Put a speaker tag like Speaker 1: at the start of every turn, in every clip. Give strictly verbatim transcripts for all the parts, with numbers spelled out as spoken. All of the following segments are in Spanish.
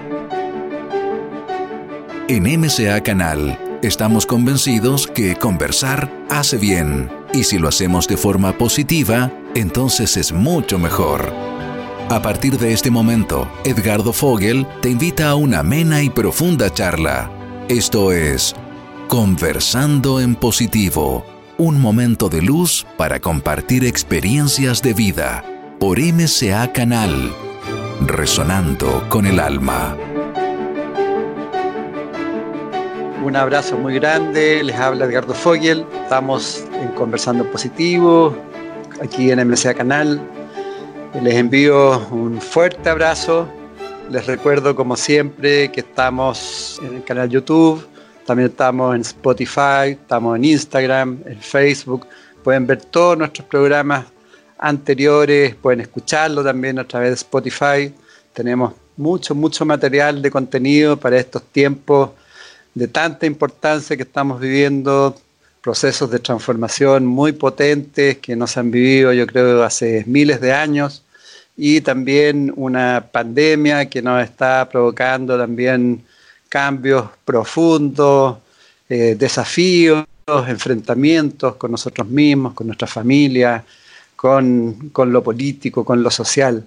Speaker 1: En M C A Canal estamos convencidos que conversar hace bien, y si lo hacemos de forma positiva, entonces es mucho mejor. A partir de este momento, Edgardo Fogel te invita a una amena y profunda charla. Esto es Conversando en Positivo, un momento de luz para compartir experiencias de vida por M C A Canal, resonando con el alma.
Speaker 2: Un abrazo muy grande, les habla Edgardo Fogel, estamos en Conversando en Positivo, aquí en M C A Canal. Les envío un fuerte abrazo, les recuerdo como siempre que estamos en el canal YouTube, también estamos en Spotify, estamos en Instagram, en Facebook, pueden ver todos nuestros programas anteriores, pueden escucharlo también a través de Spotify, tenemos mucho, mucho material de contenido para estos tiempos de tanta importancia que estamos viviendo, procesos de transformación muy potentes que no se han vivido yo creo hace miles de años, y también una pandemia que nos está provocando también cambios profundos, eh, desafíos, enfrentamientos con nosotros mismos, con nuestra familia, con, con lo político, con lo social.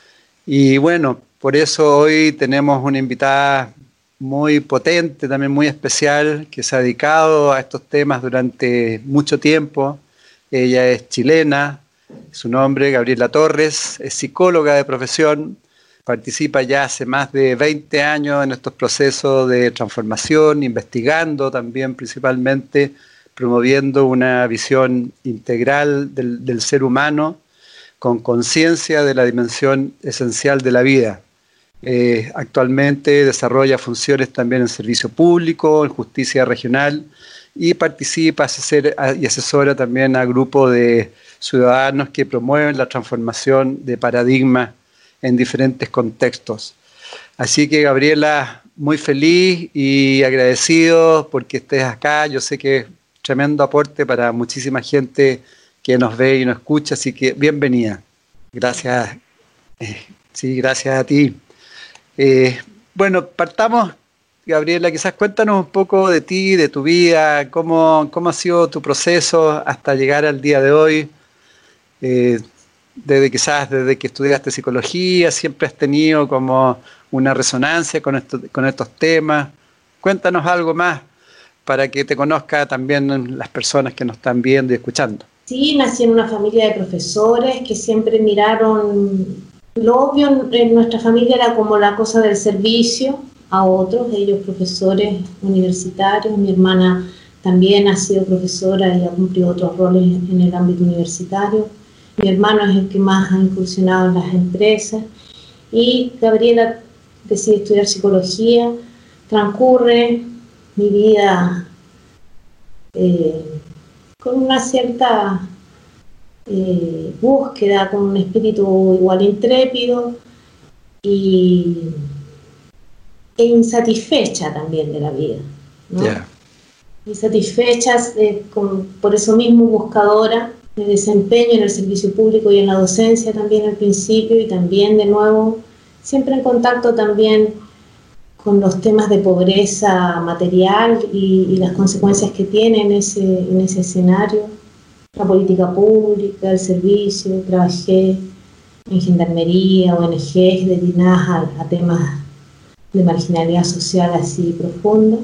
Speaker 2: Y bueno, por eso hoy tenemos una invitada muy potente, también muy especial, que se ha dedicado a estos temas durante mucho tiempo. Ella es chilena, su nombre Gabriela Torres, es psicóloga de profesión, participa ya hace más de veinte años en estos procesos de transformación, investigando también principalmente, promoviendo una visión integral del, del ser humano con conciencia de la dimensión esencial de la vida. Eh, actualmente desarrolla funciones también en servicio público, en justicia regional, y participa asesor, y asesora también a grupos de ciudadanos que promueven la transformación de paradigmas en diferentes contextos. Así que Gabriela, muy feliz y agradecido porque estés acá. Yo sé que es tremendo aporte para muchísima gente que nos ve y nos escucha, así que bienvenida. Gracias, eh, sí, gracias a ti. Eh, bueno, partamos, Gabriela, quizás cuéntanos un poco de ti, de tu vida, cómo, cómo ha sido tu proceso hasta llegar al día de hoy. Eh, desde quizás desde que estudiaste psicología, siempre has tenido como una resonancia con, esto, con estos temas. Cuéntanos algo más para que te conozca también las personas que nos están viendo y escuchando.
Speaker 3: Sí, nací en una familia de profesores que siempre miraron, lo obvio en nuestra familia era como la cosa del servicio a otros, ellos profesores universitarios, mi hermana también ha sido profesora y ha cumplido otros roles en el ámbito universitario. Mi hermano es el que más ha incursionado en las empresas y Gabriela decide estudiar psicología. Transcurre mi vida eh, con una cierta eh, búsqueda, con un espíritu igual intrépido y, e insatisfecha también de la vida, ¿no? Yeah. Insatisfecha, eh, con, por eso mismo buscadora. Me desempeño en el servicio público y en la docencia también al principio y también de nuevo, siempre en contacto también con los temas de pobreza material y, y las consecuencias que tiene en ese, en ese escenario. La política pública, el servicio, trabajé en gendarmería, O N Ges destinadas a, a temas de marginalidad social así profunda.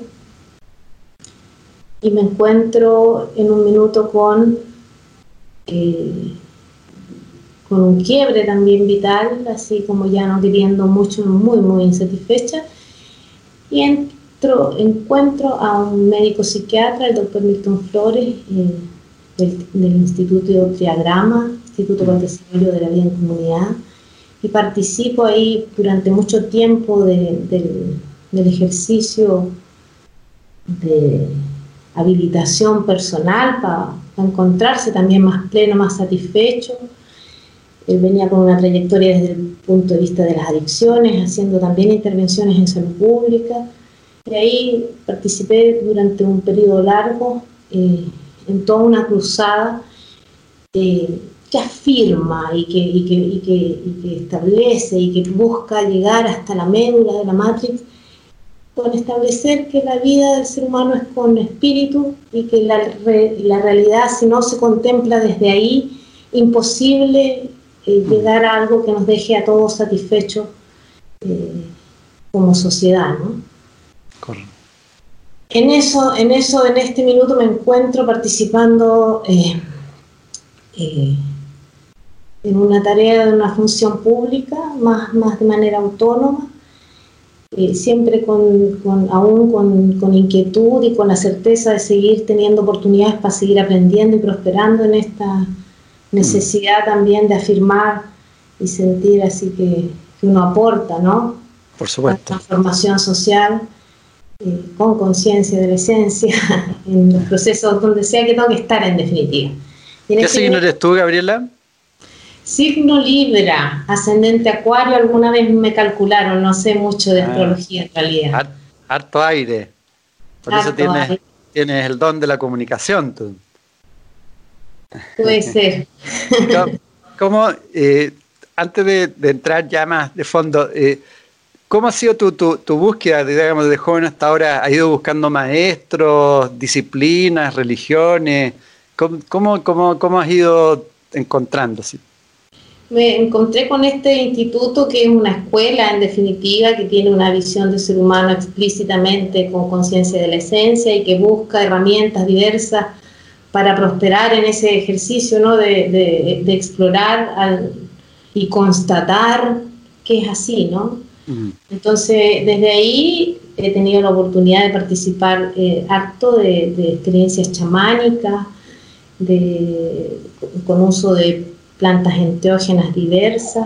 Speaker 3: Y me encuentro en un minuto con Eh, con un quiebre también vital, así como ya no queriendo mucho, muy muy insatisfecha, y entro, encuentro a un médico psiquiatra, el doctor Milton Flores, eh, del, del Instituto Triagrama, Instituto para el Desarrollo de la Vida en Comunidad, y participo ahí durante mucho tiempo de, de, del ejercicio de habilitación personal para pa encontrarse también más pleno, más satisfecho. Él venía con una trayectoria desde el punto de vista de las adicciones, haciendo también intervenciones en salud pública. Y ahí participé durante un periodo largo eh, en toda una cruzada eh, que afirma y que, y, que, y, que, y que establece y que busca llegar hasta la médula de la Matrix, con establecer que la vida del ser humano es con espíritu y que la, re, la realidad, si no se contempla desde ahí, imposible eh, llegar a algo que nos deje a todos satisfechos eh, como sociedad, ¿no?
Speaker 2: Correcto.
Speaker 3: En eso, en eso, en este minuto me encuentro participando eh, eh, en una tarea de una función pública, más, más de manera autónoma, eh, siempre con, con, aún con, con inquietud y con la certeza de seguir teniendo oportunidades para seguir aprendiendo y prosperando en esta necesidad también de afirmar y sentir así que, que uno aporta, ¿no?
Speaker 2: Por supuesto.
Speaker 3: La transformación social. Eh, con conciencia de la esencia, en los procesos donde sea que tengo que estar, en definitiva. En
Speaker 2: ¿Qué
Speaker 3: este
Speaker 2: signo eres tú, Gabriela?
Speaker 3: Signo Libra, ascendente Acuario. Alguna vez me calcularon, no sé mucho de ah, astrología en realidad.
Speaker 2: Harto aire, por harto eso tienes, aire. tienes el don de la comunicación tú.
Speaker 3: Puede ser.
Speaker 2: ¿Cómo, cómo eh, antes de, de entrar ya más de fondo, eh, ¿cómo ha sido tu, tu, tu búsqueda, digamos, de joven hasta ahora? ¿Has ido buscando maestros, disciplinas, religiones? ¿Cómo, cómo, cómo, cómo has ido encontrándose?
Speaker 3: Me encontré con este instituto, que es una escuela, en definitiva, que tiene una visión del ser humano explícitamente con conciencia de la esencia y que busca herramientas diversas para prosperar en ese ejercicio, ¿no? de, de, de explorar al, y constatar que es así, ¿no? Entonces, desde ahí he tenido la oportunidad de participar eh, harto de, de experiencias chamánicas, de, con uso de plantas enteógenas diversas,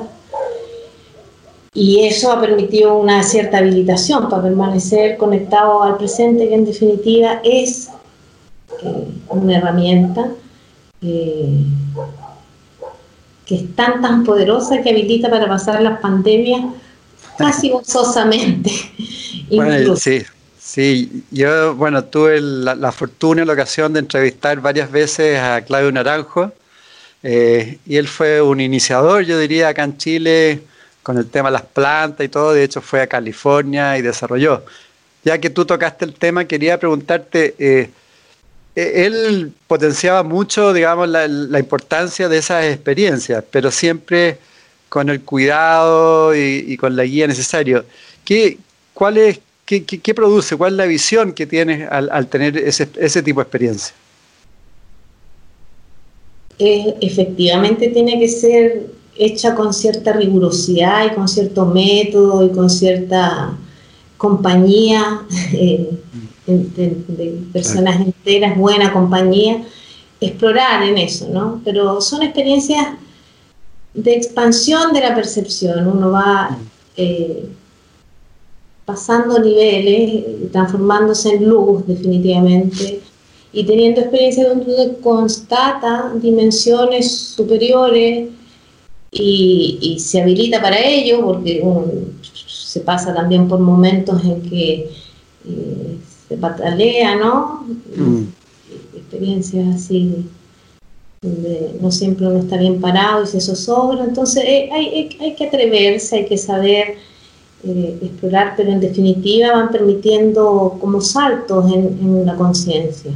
Speaker 3: y eso ha permitido una cierta habilitación para permanecer conectado al presente, que en definitiva es eh, una herramienta eh, que es tan tan poderosa que habilita para pasar las pandemias casi gozosamente.
Speaker 2: Bueno, sí, sí, yo bueno tuve la, la fortuna y la ocasión de entrevistar varias veces a Claudio Naranjo, eh, y él fue un iniciador, yo diría, acá en Chile con el tema de las plantas y todo. De hecho fue a California y desarrolló. Ya que tú tocaste el tema, quería preguntarte, eh, él potenciaba mucho, digamos, la, la importancia de esas experiencias, pero siempre con el cuidado y, y con la guía necesaria. ¿Qué, cuál es, qué, qué, qué produce? ¿Cuál es la visión que tienes al, al tener ese, ese tipo de experiencia?
Speaker 3: Eh, efectivamente tiene que ser hecha con cierta rigurosidad y con cierto método y con cierta compañía eh, de, de personas enteras, buena compañía, explorar en eso, ¿no? Pero son experiencias de expansión de la percepción. Uno va eh, pasando niveles, transformándose en luz definitivamente, y teniendo experiencias donde uno constata dimensiones superiores y, y se habilita para ello, porque uno se pasa también por momentos en que eh, se patalea, ¿no? Mm. Experiencias así donde no siempre uno está bien parado y se zozobra. Entonces eh, hay, hay que atreverse, hay que saber eh, explorar, pero en definitiva van permitiendo como saltos en, en la conciencia,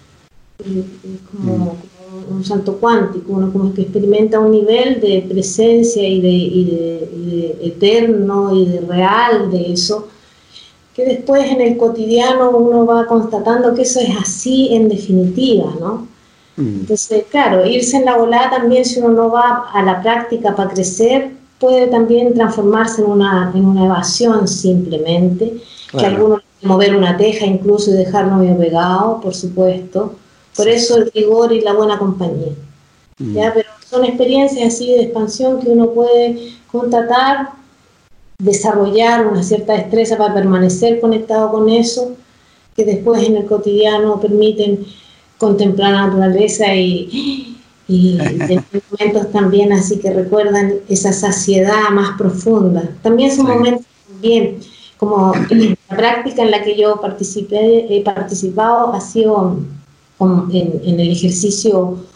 Speaker 3: como, mm. como un salto cuántico. Uno como que experimenta un nivel de presencia y de, y de, y de eterno y de real de eso, que después en el cotidiano uno va constatando que eso es así en definitiva, ¿no? Entonces, claro, irse en la volada también, si uno no va a la práctica para crecer, puede también transformarse en una, en una evasión simplemente, claro. Que algunos mover una teja incluso y dejarlo medio pegado, por supuesto. Por sí. Eso el rigor y la buena compañía. Mm. ¿Ya? Pero son experiencias así de expansión que uno puede constatar, desarrollar una cierta destreza para permanecer conectado con eso, que después en el cotidiano permiten contemplar la naturaleza y, y tener momentos también así que recuerdan esa saciedad más profunda. También son sí. momentos también, como la práctica en la que yo participé, he participado ha sido como en, en el ejercicio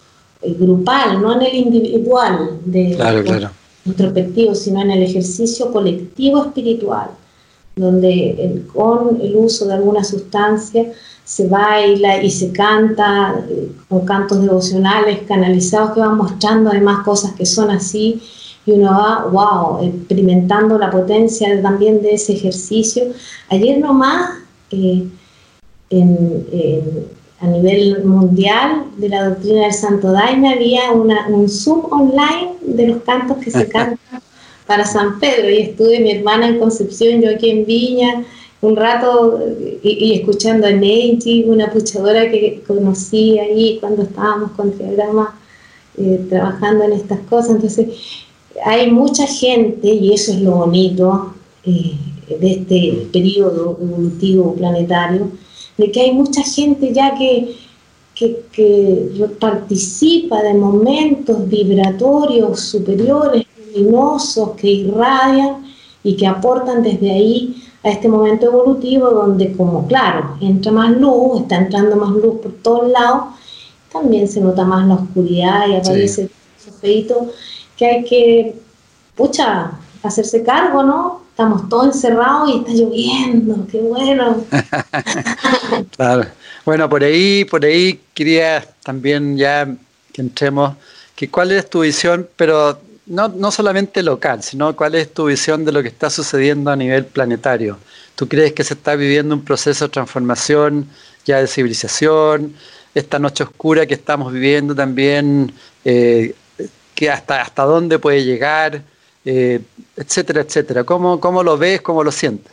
Speaker 3: grupal, no en el individual de
Speaker 2: claro, claro.
Speaker 3: introspectivo, sino en el ejercicio colectivo espiritual, donde el, con el uso de alguna sustancia se baila y se canta eh, con cantos devocionales canalizados que van mostrando además cosas que son así, y uno va, wow, experimentando la potencia también de ese ejercicio. Ayer nomás, eh, en, en, a nivel mundial de la doctrina del Santo Daime, había una, un Zoom online de los cantos que se cantan para San Pedro, y estuve mi hermana en Concepción, yo aquí en Viña, un rato, y, y escuchando a Neiji, una puchadora que conocí ahí cuando estábamos con Triagrama eh, trabajando en estas cosas. Entonces hay mucha gente, y eso es lo bonito eh, de este periodo evolutivo planetario, de que hay mucha gente ya que, que, que participa de momentos vibratorios superiores, luminosos, que irradian y que aportan desde ahí a este momento evolutivo, donde, como claro, entra más luz, está entrando más luz por todos lados, también se nota más la oscuridad y aparece sí. esos feitos que hay que, pucha, hacerse cargo, ¿no? Estamos todos encerrados y está lloviendo, qué bueno.
Speaker 2: Claro. Bueno, por ahí, por ahí quería también ya que entremos, que cuál es tu visión, pero no, no solamente local, sino cuál es tu visión de lo que está sucediendo a nivel planetario. ¿Tú crees que se está viviendo un proceso de transformación ya de civilización? Esta noche oscura que estamos viviendo también, eh, que hasta, hasta dónde puede llegar, eh, etcétera, etcétera. ¿Cómo, cómo lo ves, cómo lo sientes?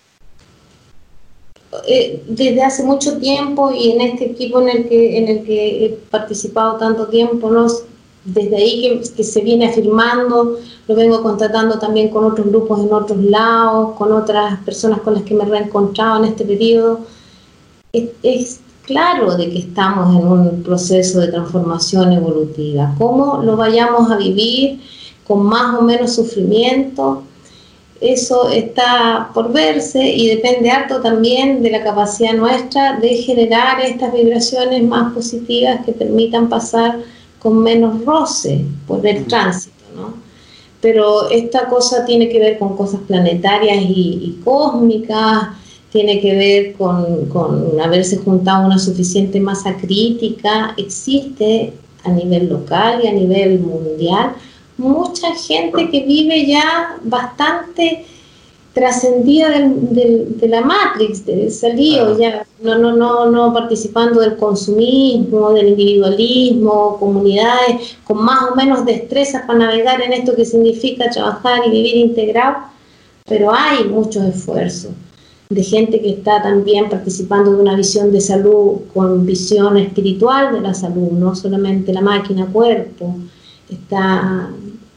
Speaker 3: Eh, desde hace mucho tiempo, y en este equipo en el que, en el que he participado tanto tiempo, ¿no? Desde ahí que, que se viene afirmando, lo vengo contratando también con otros grupos en otros lados, con otras personas con las que me he reencontrado en este periodo. Es, es claro de que estamos en un proceso de transformación evolutiva. ¿Cómo lo vayamos a vivir con más o menos sufrimiento? Eso está por verse, y depende harto también de la capacidad nuestra de generar estas vibraciones más positivas que permitan pasar con menos roce por el tránsito, ¿no? Pero esta cosa tiene que ver con cosas planetarias y, y cósmicas, tiene que ver con, con haberse juntado una suficiente masa crítica. Existe a nivel local y a nivel mundial mucha gente que vive ya bastante trascendida del, del, de la Matrix, del salido, uh-huh. ya no, no, no, no participando del consumismo, del individualismo, comunidades con más o menos destrezas para navegar en esto que significa trabajar y vivir integrado, pero hay muchos esfuerzos de gente que está también participando de una visión de salud con visión espiritual de la salud, no solamente la máquina cuerpo, está,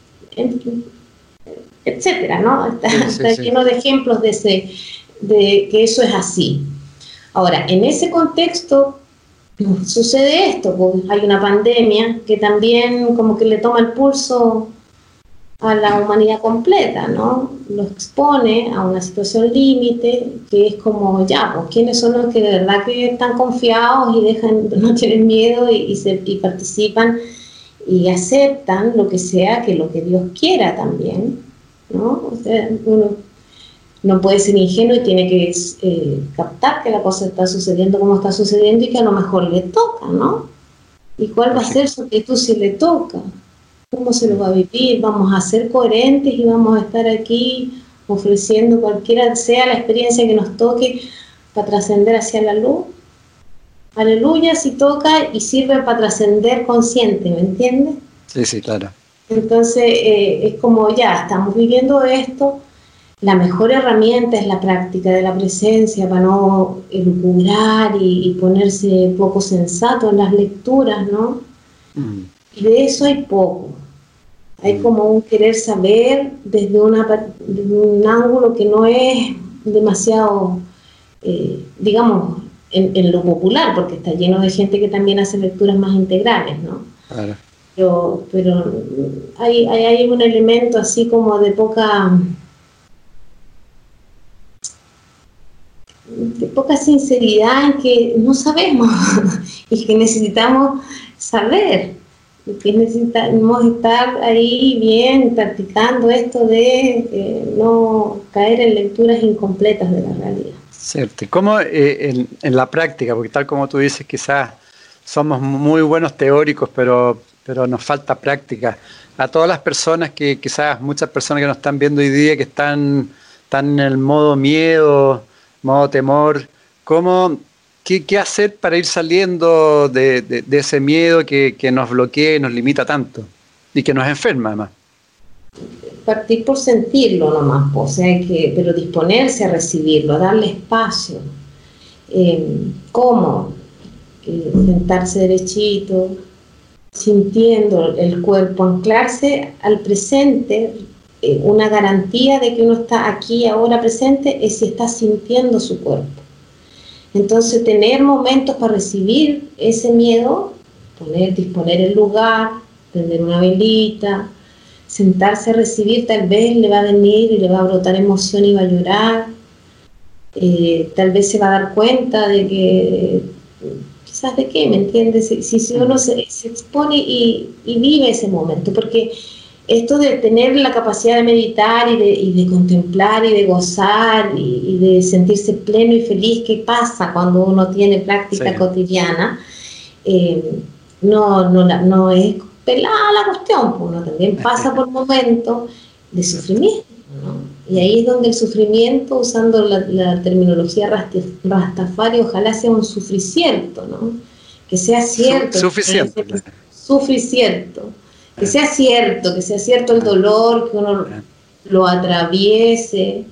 Speaker 3: etcétera, ¿no? Está, sí, sí, está sí. lleno de ejemplos de, ese, de que eso es así. Ahora, en ese contexto sucede esto, pues hay una pandemia que también como que le toma el pulso a la humanidad completa, ¿no? Lo expone a una situación límite, que es como, ya, pues, ¿quiénes son los que de verdad que están confiados y dejan, no tienen miedo y, y, se, y participan y aceptan lo que sea, que lo que Dios quiera también, ¿no? O sea, uno no puede ser ingenuo y tiene que eh, captar que la cosa está sucediendo como está sucediendo y que a lo mejor le toca, ¿no? ¿Y cuál va a ser su actitud si le toca? ¿Cómo se lo va a vivir? ¿Vamos a ser coherentes y vamos a estar aquí ofreciendo cualquiera sea la experiencia que nos toque para trascender hacia la luz? Aleluya, si toca y sirve para trascender consciente, ¿me entiendes?
Speaker 2: Sí, sí, claro.
Speaker 3: Entonces, eh, es como ya, estamos viviendo esto, la mejor herramienta es la práctica de la presencia para no elucubrar y, y ponerse poco sensato en las lecturas, ¿no? Mm. Y de eso hay poco. Hay como un querer saber desde, una, desde un ángulo que no es demasiado, eh, digamos, en, en lo popular, porque está lleno de gente que también hace lecturas más integrales, ¿no? Claro. Pero, pero hay, hay, hay un elemento así como de poca, de poca sinceridad en que no sabemos y que necesitamos saber. que necesitamos estar ahí bien practicando esto de eh, no caer en lecturas incompletas de la realidad.
Speaker 2: Cierto. ¿Y cómo eh, en, en la práctica? Porque tal como tú dices, quizás somos muy buenos teóricos, pero, pero nos falta práctica. A todas las personas que quizás, muchas personas que nos están viendo hoy día, que están, están en el modo miedo, modo temor, ¿cómo, qué, qué hacer para ir saliendo de, de, de ese miedo que, que nos bloquea y nos limita tanto y que nos enferma además?
Speaker 3: Partir por sentirlo nomás, o sea, que, pero disponerse a recibirlo, a darle espacio. Eh, ¿Cómo? Eh, sentarse derechito, sintiendo el cuerpo, anclarse al presente. Eh, una garantía de que uno está aquí, ahora presente, es si está sintiendo su cuerpo. Entonces, tener momentos para recibir ese miedo, poner, disponer el lugar, prender una velita, sentarse a recibir, tal vez le va a venir y le va a brotar emoción y va a llorar, eh, tal vez se va a dar cuenta de que, quizás de qué, ¿me entiendes? Si, si uno se, se expone y, y vive ese momento, porque esto de tener la capacidad de meditar y de, y de contemplar y de gozar y, y de sentirse pleno y feliz, ¿qué pasa cuando uno tiene práctica sí. cotidiana? Eh, no, no, no es pelada la cuestión, pues uno también pasa por momentos de sufrimiento, ¿no? Y ahí es donde el sufrimiento, usando la, la terminología rastafari, ojalá sea un sufricierto, ¿no? Que sea cierto.
Speaker 2: Suficiente.
Speaker 3: Que sea suficierto. Que sea cierto, que sea cierto el dolor, que uno lo atraviese,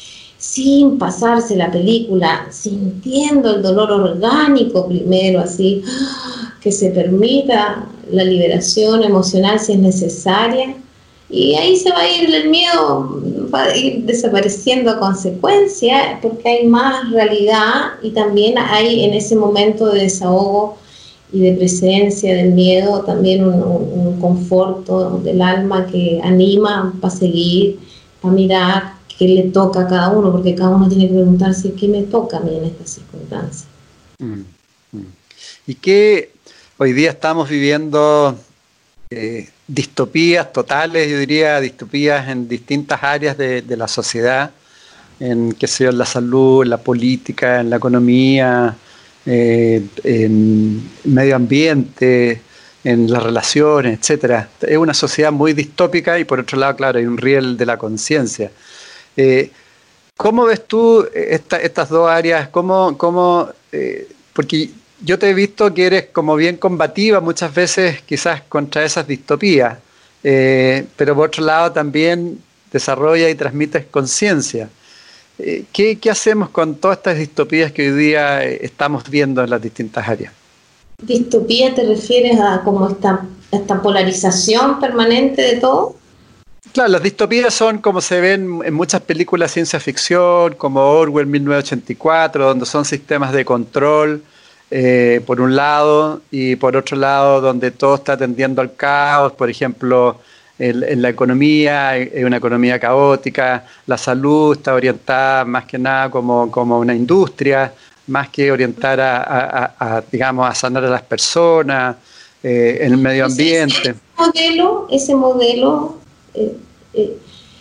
Speaker 3: sin pasarse la película, sintiendo el dolor orgánico primero, así, que se permita la liberación emocional si es necesaria, y ahí se va a ir el miedo, va a ir desapareciendo a consecuencia, porque hay más realidad y también hay en ese momento de desahogo y de presencia del miedo también un, un, un conforto del alma que anima para seguir, para mirar qué le toca a cada uno, porque cada uno tiene que preguntarse qué me toca a mí en estas circunstancias.
Speaker 2: Mm, mm. ¿Y qué hoy día estamos viviendo? Eh, distopías totales, yo diría, distopías en distintas áreas de, de la sociedad, en, qué sé yo, en la salud, en la política, en la economía, eh, en medio ambiente, en las relaciones, etcétera. Es una sociedad muy distópica y por otro lado, claro, hay un riel de la conciencia. Eh, ¿Cómo ves tú esta, estas dos áreas? ¿Cómo, cómo, eh, porque yo te he visto que eres como bien combativa muchas veces quizás contra esas distopías, eh, pero por otro lado también desarrolla y transmites conciencia. Eh, ¿qué, ¿Qué hacemos con todas estas distopías que hoy día estamos viendo en las distintas áreas?
Speaker 3: ¿Distopía te refieres a como esta, esta polarización permanente de todo?
Speaker 2: Claro, las distopías son como se ven en muchas películas de ciencia ficción, como Orwell mil novecientos ochenta y cuatro, donde son sistemas de control, Eh, por un lado, y por otro lado donde todo está tendiendo al caos. Por ejemplo, en, en la economía es una economía caótica, la salud está orientada más que nada como, como una industria, más que orientar a, a, a, digamos, a sanar a las personas, eh, en el medio ambiente.
Speaker 3: Ese modelo, ese modelo eh, eh,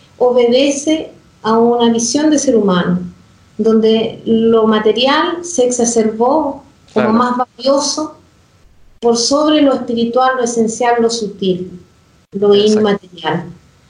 Speaker 3: obedece a una visión de ser humano, donde lo material se exacerbó como claro. más valioso por sobre lo espiritual, lo esencial, lo sutil, lo Exacto. inmaterial.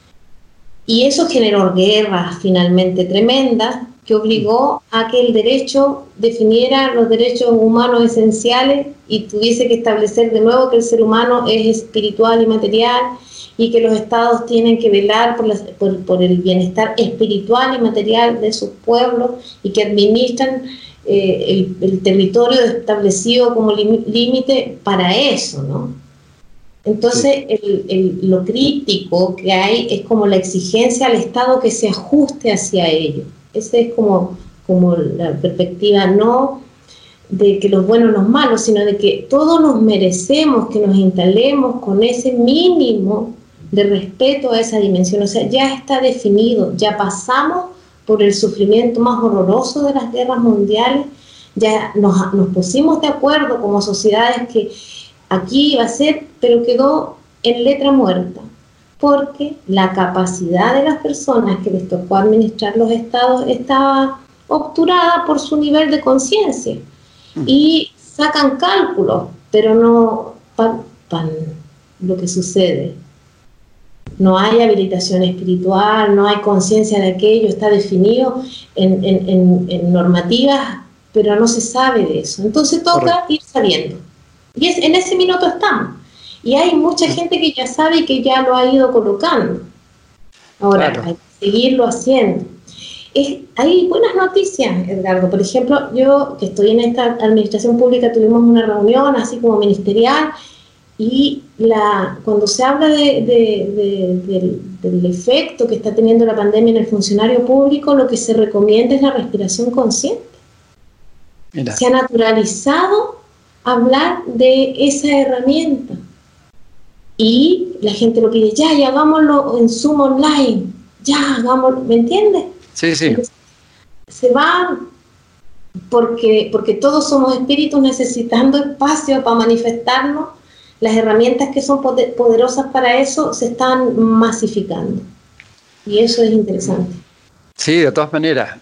Speaker 3: Y eso generó guerras finalmente tremendas que obligó a que el derecho definiera los derechos humanos esenciales y tuviese que establecer de nuevo que el ser humano es espiritual y material y que los estados tienen que velar por, las, por, por el bienestar espiritual y material de sus pueblos y que administran Eh, el, el territorio establecido como límite para eso, ¿no? Entonces, sí. el, el, lo crítico que hay es como la exigencia al Estado que se ajuste hacia ello. Esa es como, como la perspectiva, no de que los buenos los malos, sino de que todos nos merecemos que nos instalemos con ese mínimo de respeto a esa dimensión. O sea, ya está definido, ya pasamos por el sufrimiento más horroroso de las guerras mundiales, ya nos, nos pusimos de acuerdo como sociedades que aquí iba a ser, pero quedó en letra muerta, porque la capacidad de las personas que les tocó administrar los estados estaba obturada por su nivel de conciencia. Mm. Y sacan cálculos, pero no pan, pan, lo que sucede. No hay habilitación espiritual, no hay conciencia de aquello, está definido en, en, en, en normativas, pero no se sabe de eso. Entonces toca Correcto. Ir sabiendo. Y es, en ese minuto estamos. Y hay mucha gente que ya sabe y que ya lo ha ido colocando. Ahora, claro. hay que seguirlo haciendo. Es, hay buenas noticias, Edgardo. Por ejemplo, yo que estoy en esta administración pública, tuvimos una reunión así como ministerial, y la, cuando se habla de, de, de, de, del efecto que está teniendo la pandemia en el funcionario público, lo que se recomienda es la respiración consciente. Mira. Se ha naturalizado hablar de esa herramienta. Y la gente lo pide, ya, ya hagámoslo en Zoom online, ya, hagámoslo, ¿me entiendes?
Speaker 2: Sí, sí.
Speaker 3: Entonces, se va porque, porque todos somos espíritus necesitando espacio para manifestarnos. Las herramientas que son poderosas para eso se están masificando. Y eso es interesante.
Speaker 2: Sí, de todas maneras.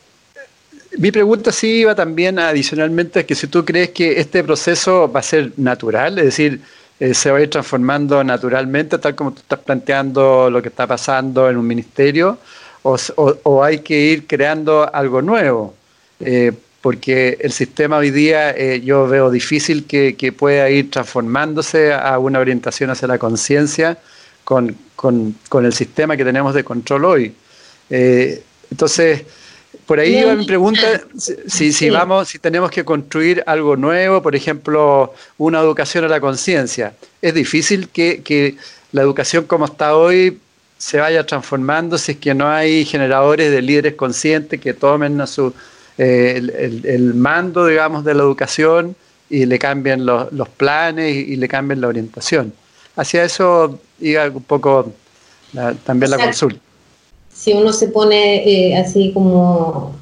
Speaker 2: Mi pregunta sí iba también adicionalmente, es que si tú crees que este proceso va a ser natural, es decir, eh, se va a ir transformando naturalmente, tal como tú estás planteando lo que está pasando en un ministerio, o, o, o hay que ir creando algo nuevo. Eh, porque el sistema hoy día eh, yo veo difícil que, que pueda ir transformándose a una orientación hacia la conciencia con, con, con el sistema que tenemos de control hoy. Eh, entonces, por ahí iba mi pregunta, si, si, vamos, si tenemos que construir algo nuevo, por ejemplo, una educación a la conciencia. Es difícil que, que la educación como está hoy se vaya transformando si es que no hay generadores de líderes conscientes que tomen a su... Eh, el, el, el mando, digamos, de la educación y le cambien los, los planes y, y le cambien la orientación. Hacia eso iba un poco la, también o sea, la consulta.
Speaker 3: Si uno se pone eh, así como...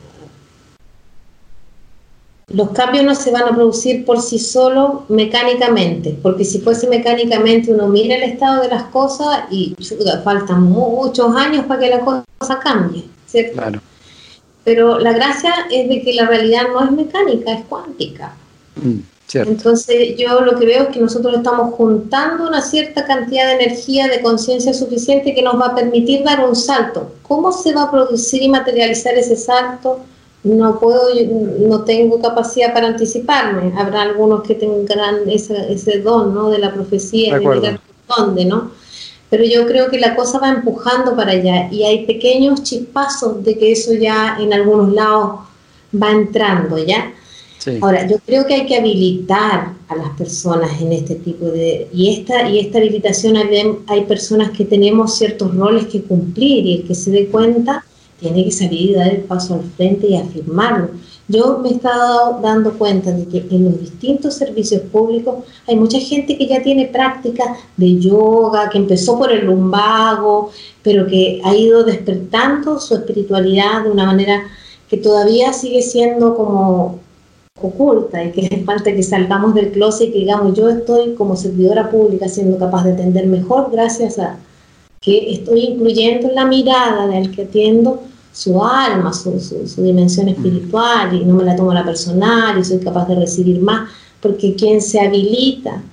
Speaker 3: Los cambios no se van a producir por sí solos mecánicamente, porque si fuese mecánicamente uno mira el estado de las cosas y faltan muchos años para que la cosa cambie, ¿cierto?
Speaker 2: Claro.
Speaker 3: Pero la gracia es de que la realidad no es mecánica, es cuántica.
Speaker 2: Mm,
Speaker 3: Entonces yo lo que veo es que nosotros estamos juntando una cierta cantidad de energía, de conciencia suficiente que nos va a permitir dar un salto. ¿Cómo se va a producir y materializar ese salto? No puedo, no tengo capacidad para anticiparme. Habrá algunos que tengan ese, ese don, ¿no?, de la profecía, de mirar por dónde, ¿no? Pero yo creo que la cosa va empujando para allá y hay pequeños chispazos de que eso ya en algunos lados va entrando, ¿ya?
Speaker 2: Sí.
Speaker 3: Ahora, yo creo que hay que habilitar a las personas en este tipo de... Y esta, y esta habilitación, hay, hay personas que tenemos ciertos roles que cumplir y el que se dé cuenta tiene que salir y dar el paso al frente y afirmarlo. Yo me he estado dando cuenta de que en los distintos servicios públicos hay mucha gente que ya tiene práctica de yoga, que empezó por el lumbago, pero que ha ido despertando su espiritualidad de una manera que todavía sigue siendo como oculta y que es falta que salgamos del closet y que digamos, yo estoy como servidora pública siendo capaz de atender mejor gracias a que estoy incluyendo en la mirada del que atiendo su alma, su, su, su dimensión espiritual, y no me la tomo a la personal y soy capaz de recibir más, porque quien se habilita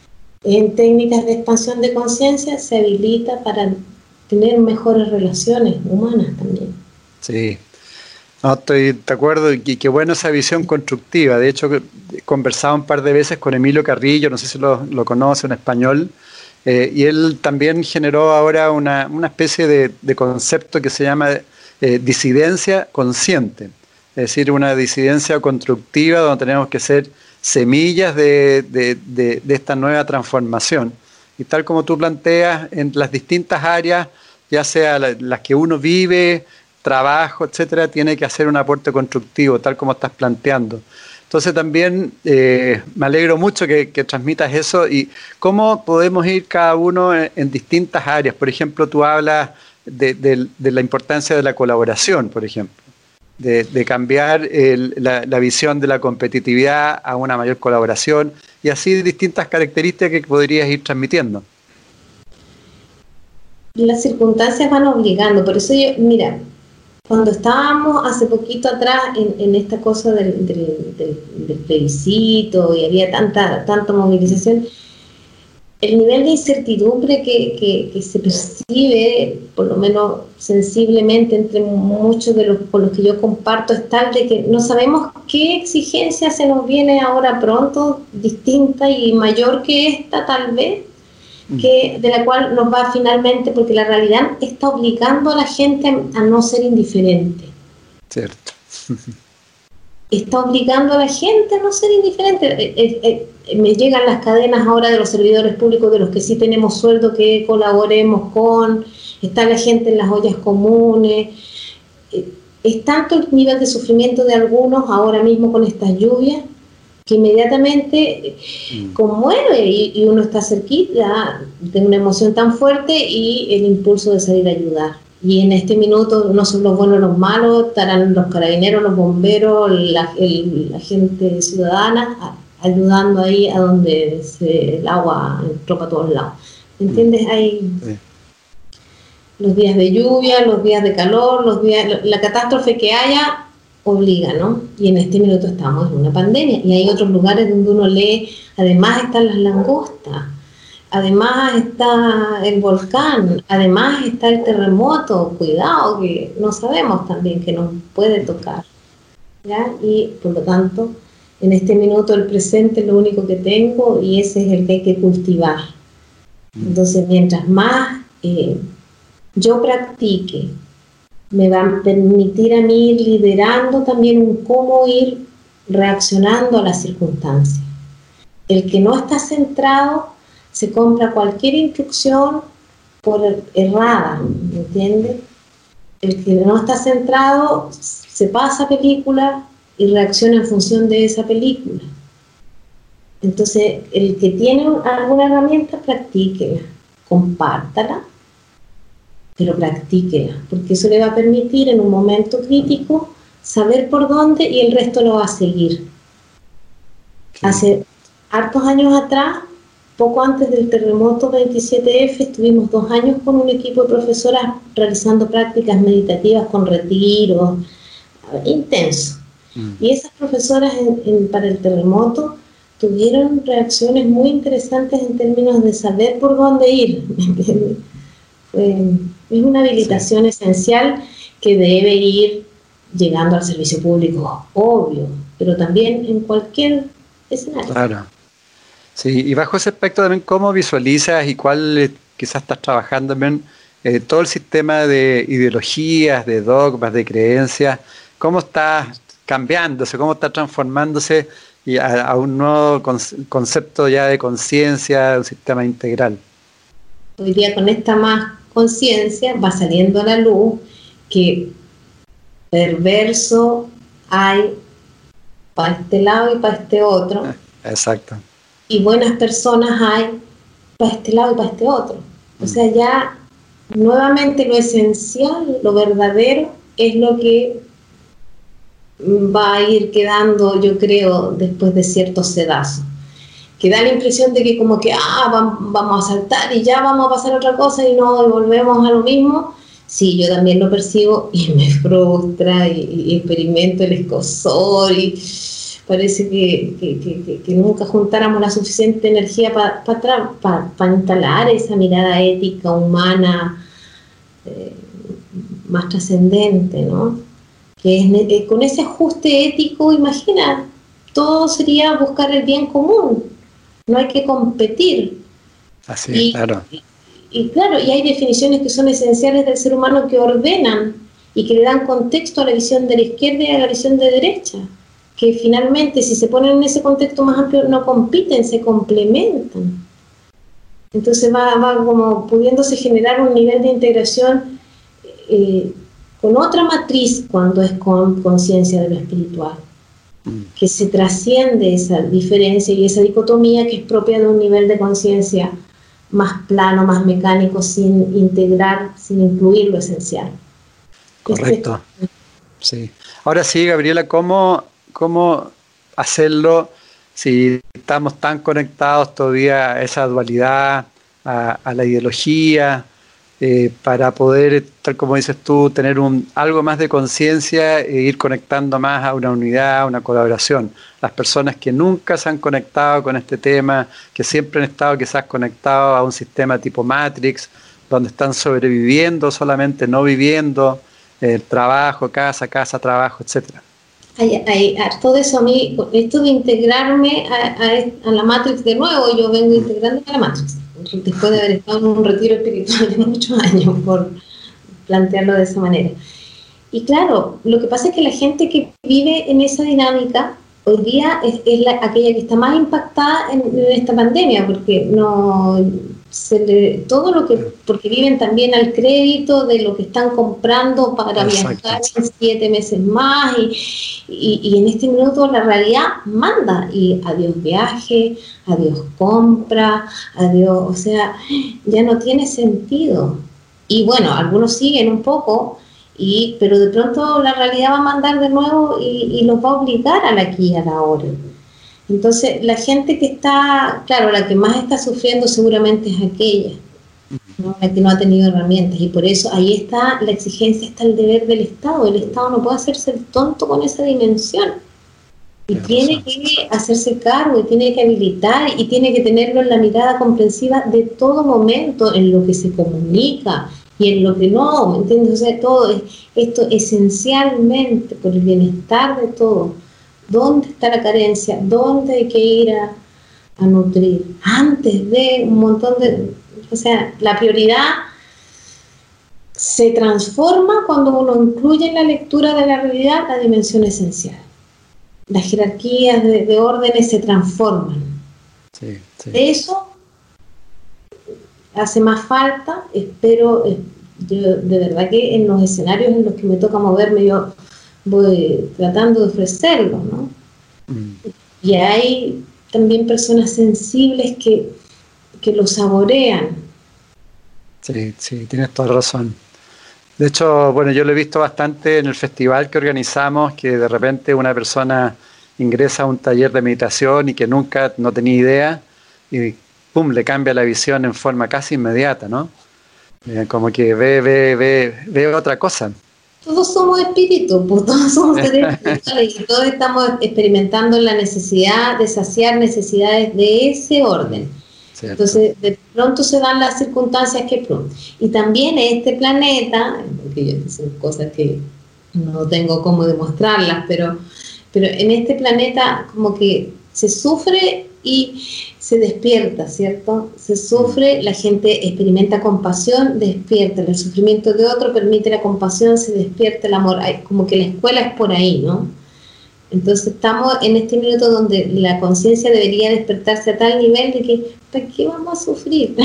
Speaker 3: en técnicas de expansión de conciencia se habilita para tener mejores relaciones humanas también.
Speaker 2: Sí, no, estoy de acuerdo, y qué bueno esa visión constructiva. De hecho, he conversado un par de veces con Emilio Carrillo, no sé si lo, lo conoce, un español, eh, y él también generó ahora una, una especie de, de concepto que se llama Eh, disidencia consciente, es decir, una disidencia constructiva donde tenemos que ser semillas de, de, de, de esta nueva transformación. Y tal como tú planteas, en las distintas áreas, ya sea la, las que uno vive, trabajo, etcétera, tiene que hacer un aporte constructivo, tal como estás planteando. Entonces también eh, me alegro mucho que, que transmitas eso. Y cómo podemos ir cada uno en, en distintas áreas. Por ejemplo, tú hablas De, de, de la importancia de la colaboración, por ejemplo, de, de cambiar el, la, la visión de la competitividad a una mayor colaboración y así distintas características que podrías ir transmitiendo.
Speaker 3: las circunstancias van obligando. Por eso yo, mira, cuando estábamos hace poquito atrás en, en esta cosa del, del, del, del plebiscito y había tanta, tanta movilización, el nivel de incertidumbre que, que, que se percibe, por lo menos sensiblemente entre muchos de los con los que yo comparto, es tal de que no sabemos qué exigencia se nos viene ahora pronto, distinta y mayor que esta tal vez, que de la cual nos va finalmente, porque la realidad está obligando a la gente a, a no ser indiferente.
Speaker 2: Cierto.
Speaker 3: Está obligando a la gente a no ser indiferente. Eh, eh, eh, me llegan las cadenas ahora de los servidores públicos, de los que sí tenemos sueldo, que colaboremos con, está la gente en las ollas comunes. Eh, es tanto el nivel de sufrimiento de algunos ahora mismo con estas lluvias, que inmediatamente mm. conmueve y, y uno está cerquita de una emoción tan fuerte y el impulso de salir a ayudar. Y en este minuto no son los buenos los malos, estarán los carabineros, los bomberos, la, el, la gente ciudadana a, ayudando ahí a donde se, el agua entró para todos lados. ¿Me entiendes? Hay sí. los días de lluvia, los días de calor, los días, la catástrofe que haya obliga, ¿no? Y en este minuto estamos en una pandemia y hay otros lugares donde uno lee, además están las langostas, además está el volcán, además está el terremoto, cuidado que no sabemos también que nos puede tocar, ¿ya? Y por lo tanto, en este minuto el presente es lo único que tengo y ese es el que hay que cultivar. Entonces, mientras más eh, yo practique, me va a permitir a mí ir liderando también un cómo ir reaccionando a las circunstancias. El que no está centrado se compra cualquier instrucción por errada, ¿me entiendes? El que no está centrado se pasa película y reacciona en función de esa película. Entonces, el que tiene alguna herramienta, practíquela, compártala, pero practíquela, porque eso le va a permitir en un momento crítico saber por dónde y el resto lo va a seguir. Sí. Hace hartos años atrás, poco antes del terremoto veintisiete efe, estuvimos dos años con un equipo de profesoras realizando prácticas meditativas con retiros, intenso. Mm. Y esas profesoras en, en, para el terremoto tuvieron reacciones muy interesantes en términos de saber por dónde ir, ¿me entiendes? Eh, es una habilitación sí. esencial que debe ir llegando al servicio público, obvio, pero también en cualquier escenario.
Speaker 2: Claro. Sí, y bajo ese aspecto también, ¿cómo visualizas y cuál eh, quizás estás trabajando también eh, todo el sistema de ideologías, de dogmas, de creencias? ¿Cómo está cambiándose, cómo está transformándose y a, a un nuevo con- concepto ya de conciencia, un sistema integral?
Speaker 3: Hoy día con esta más conciencia va saliendo a la luz que perverso hay para este lado y para este otro.
Speaker 2: Exacto.
Speaker 3: Y buenas personas hay para este lado y para este otro. O sea, ya nuevamente lo esencial, lo verdadero, es lo que va a ir quedando, yo creo, después de ciertos sedazos. Que da la impresión de que como que ah, vamos a saltar y ya vamos a pasar a otra cosa y no y volvemos a lo mismo. Sí, yo también lo percibo y me frustra y, y experimento el escozor y parece que, que, que, que nunca juntáramos la suficiente energía para pa, pa, pa instalar esa mirada ética, humana, eh, más trascendente, ¿no? Que es, eh, con ese ajuste ético, imagina, todo sería buscar el bien común, no hay que competir.
Speaker 2: Así,
Speaker 3: y,
Speaker 2: claro.
Speaker 3: Y, y claro, y hay definiciones que son esenciales del ser humano que ordenan y que le dan contexto a la visión de la izquierda y a la visión de derecha, que finalmente, si se ponen en ese contexto más amplio, no compiten, se complementan. Entonces va, va como pudiéndose generar un nivel de integración eh, con otra matriz cuando es con conciencia de lo espiritual, mm. que se trasciende esa diferencia y esa dicotomía que es propia de un nivel de conciencia más plano, más mecánico, sin integrar, sin incluir lo esencial.
Speaker 2: Correcto. Este, sí. Ahora sí, Gabriela, ¿cómo... ¿Cómo hacerlo si estamos tan conectados todavía a esa dualidad, a, a la ideología? eh, para poder, tal como dices tú, tener un, algo más de conciencia e ir conectando más a una unidad, a una colaboración. Las personas que nunca se han conectado con este tema, que siempre han estado quizás conectados a un sistema tipo Matrix, donde están sobreviviendo solamente, no viviendo, eh, trabajo, casa, casa, trabajo, etcétera.
Speaker 3: Hay, hay, todo eso a mí, esto de integrarme a, a, a la Matrix de nuevo, yo vengo integrando a la Matrix, después de haber estado en un retiro espiritual de muchos años, por plantearlo de esa manera. Y claro, lo que pasa es que la gente que vive en esa dinámica, hoy día es, es la, aquella que está más impactada en, en esta pandemia, porque no... Se le, todo lo que, porque viven también al crédito de lo que están comprando para Exacto. viajar en siete meses más y, y, y en este minuto la realidad manda y adiós viaje, adiós compra, adiós, o sea, ya no tiene sentido. Y bueno, algunos siguen un poco, y, pero de pronto la realidad va a mandar de nuevo y, y los va a obligar al aquí y a la hora. Entonces, la gente que está, claro, la que más está sufriendo seguramente es aquella, ¿no? La que no ha tenido herramientas, y por eso ahí está la exigencia, está el deber del Estado. El Estado no puede hacerse el tonto con esa dimensión, y tiene que hacerse cargo, y tiene que habilitar, y tiene que tenerlo en la mirada comprensiva de todo momento, en lo que se comunica y en lo que no, ¿me entiendes? O sea, todo es, esto esencialmente por el bienestar de todos. ¿Dónde está la carencia? ¿Dónde hay que ir a, a nutrir? Antes de un montón de... O sea, la prioridad se transforma cuando uno incluye en la lectura de la realidad la dimensión esencial. Las jerarquías de, de órdenes se transforman.
Speaker 2: Sí, sí.
Speaker 3: Eso hace más falta, espero, yo, de verdad que en los escenarios en los que me toca moverme yo voy tratando de ofrecerlo, ¿no? Mm. Y hay también personas sensibles que, que lo saborean.
Speaker 2: Sí, sí, tienes toda razón. De hecho, bueno, yo lo he visto bastante en el festival que organizamos, que de repente una persona ingresa a un taller de meditación y que nunca no tenía idea, y pum, le cambia la visión en forma casi inmediata, ¿no? Eh, como que ve, ve, ve, ve otra cosa.
Speaker 3: Todos somos espíritus, pues todos somos seres espirituales, y todos estamos experimentando la necesidad de saciar necesidades de ese orden. Cierto. Entonces, de pronto se dan las circunstancias que pronto. Y también este planeta, porque son cosas que no tengo cómo demostrarlas, pero, pero en este planeta como que se sufre y se despierta, ¿cierto? Se sufre, la gente experimenta compasión, despierta. El sufrimiento de otro permite la compasión, se despierta el amor. Hay, como que la escuela es por ahí, ¿no? Entonces estamos en este minuto donde la conciencia debería despertarse a tal nivel de que, ¿para qué vamos a sufrir?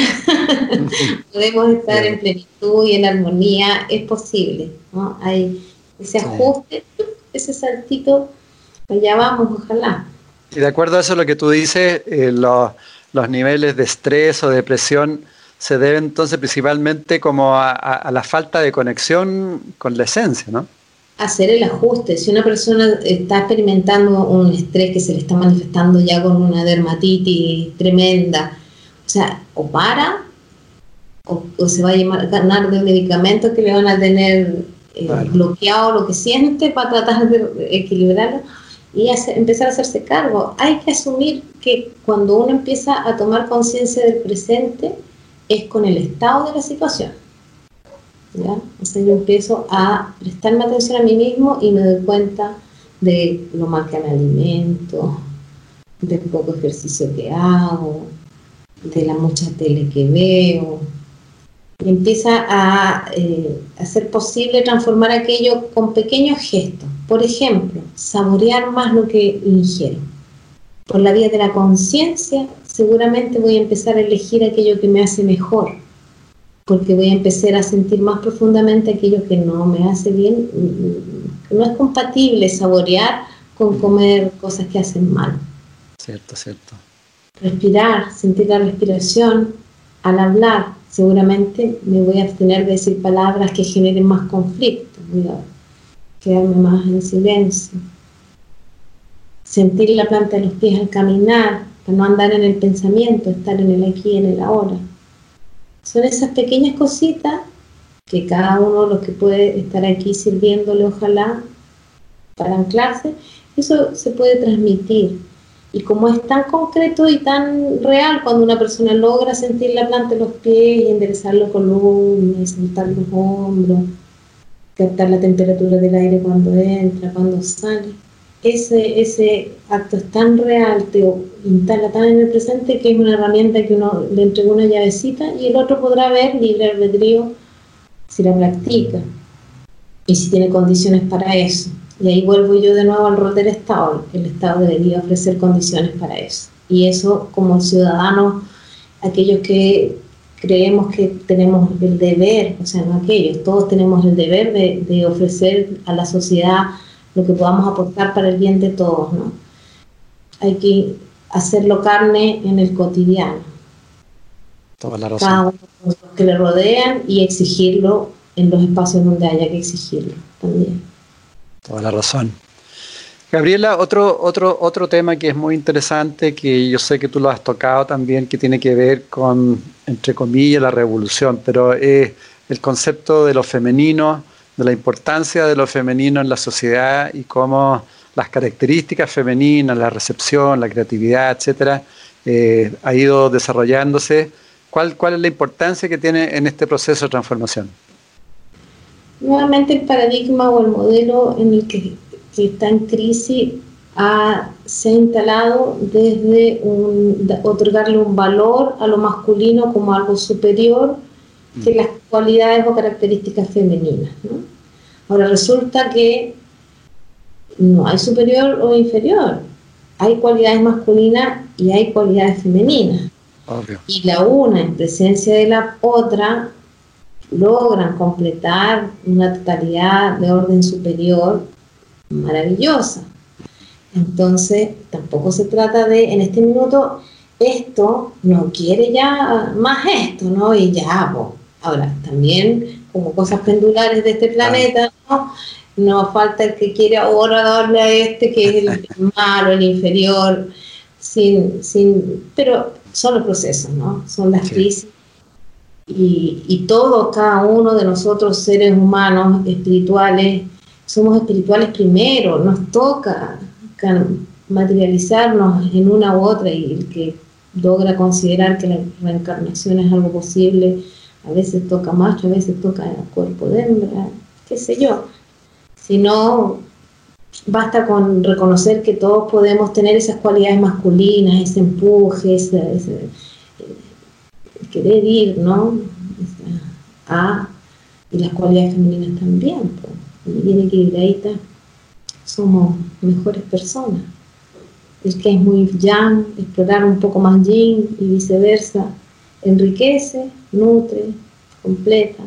Speaker 3: Podemos estar en plenitud y en armonía, es posible, ¿no? Hay ese ajuste, ese saltito, allá vamos, ojalá.
Speaker 2: Y de acuerdo a eso, lo que tú dices, eh, los, los niveles de estrés o depresión se deben entonces principalmente como a, a, a la falta de conexión con la esencia, ¿no?
Speaker 3: Hacer el ajuste. Si una persona está experimentando un estrés que se le está manifestando ya con una dermatitis tremenda, o sea, o para, o, o se va a ganar de medicamentos que le van a tener eh, claro. bloqueado lo que siente para tratar de equilibrarlo, y hacer, empezar a hacerse cargo. Hay que asumir que cuando uno empieza a tomar conciencia del presente es con el estado de la situación, ¿ya? O sea, yo empiezo a prestarme atención a mí mismo y me doy cuenta de lo mal que me alimento, del poco ejercicio que hago, de la mucha tele que veo. Y empieza a eh, hacer posible transformar aquello con pequeños gestos. Por ejemplo, saborear más lo que ingiero. Por la vía de la conciencia, seguramente voy a empezar a elegir aquello que me hace mejor, porque voy a empezar a sentir más profundamente aquello que no me hace bien. No es compatible saborear con comer cosas que hacen mal.
Speaker 2: Cierto, cierto.
Speaker 3: Respirar, sentir la respiración. Al hablar, seguramente me voy a abstener de decir palabras que generen más conflicto. Voy a quedarme más en silencio. Sentir la planta de los pies al caminar, para no andar en el pensamiento, estar en el aquí y en el ahora. Son esas pequeñas cositas que cada uno de los que puede estar aquí sirviéndole, ojalá, para anclarse, eso se puede transmitir. Y como es tan concreto y tan real, cuando una persona logra sentir la planta de los pies y enderezar la columna y sentar los hombros, captar la temperatura del aire cuando entra, cuando sale, ese, ese acto es tan real, te instala tan en el presente, que es una herramienta que uno le entrega una llavecita y el otro podrá ver libre albedrío si la practica y si tiene condiciones para eso. Y ahí vuelvo yo de nuevo al rol del Estado. El Estado debería ofrecer condiciones para eso. Y eso, como ciudadanos, aquellos que creemos que tenemos el deber, o sea, no aquellos, todos tenemos el deber de, de ofrecer a la sociedad lo que podamos aportar para el bien de todos, ¿no? Hay que hacerlo carne en el cotidiano.
Speaker 2: Toda la razón.
Speaker 3: Cada uno de los que le rodean y exigirlo en los espacios donde haya que exigirlo también.
Speaker 2: Toda la razón. Gabriela, otro, otro, otro tema que es muy interesante, que yo sé que tú lo has tocado también, que tiene que ver con, entre comillas, la revolución, pero es el concepto de lo femenino, de la importancia de lo femenino en la sociedad y cómo las características femeninas, la recepción, la creatividad, etcétera, eh, ha ido desarrollándose. ¿Cuál, ¿Cuál es la importancia que tiene en este proceso de transformación?
Speaker 3: Nuevamente el paradigma o el modelo en el que, que está en crisis ha, se ha instalado desde un, de, otorgarle un valor a lo masculino como algo superior que las cualidades o características femeninas, ¿no? Ahora resulta que no hay superior o inferior, hay cualidades masculinas y hay cualidades femeninas.
Speaker 2: Obvio.
Speaker 3: Y la una en presencia de la otra logran completar una totalidad de orden superior maravillosa. Entonces, tampoco se trata de, en este minuto, esto no quiere ya más esto, ¿no? Y ya, pues, ahora, también, como cosas pendulares de este planeta, ¿no? No falta el que quiere ahora darle a este, que es el malo, el inferior, sin, sin, pero son los procesos, ¿no? Son las crisis. Y, y todos, cada uno de nosotros, seres humanos espirituales, somos espirituales primero, nos toca materializarnos en una u otra, y el que logra considerar que la reencarnación es algo posible, a veces toca macho, a veces toca cuerpo de hembra, qué sé yo. Si no, basta con reconocer que todos podemos tener esas cualidades masculinas, ese empuje, ese... ese querer ir, ¿no? A, y las cualidades femeninas también, pues. Y bien equilibradita, somos mejores personas. El que es muy yang, explorar un poco más yin y viceversa, enriquece, nutre, completa.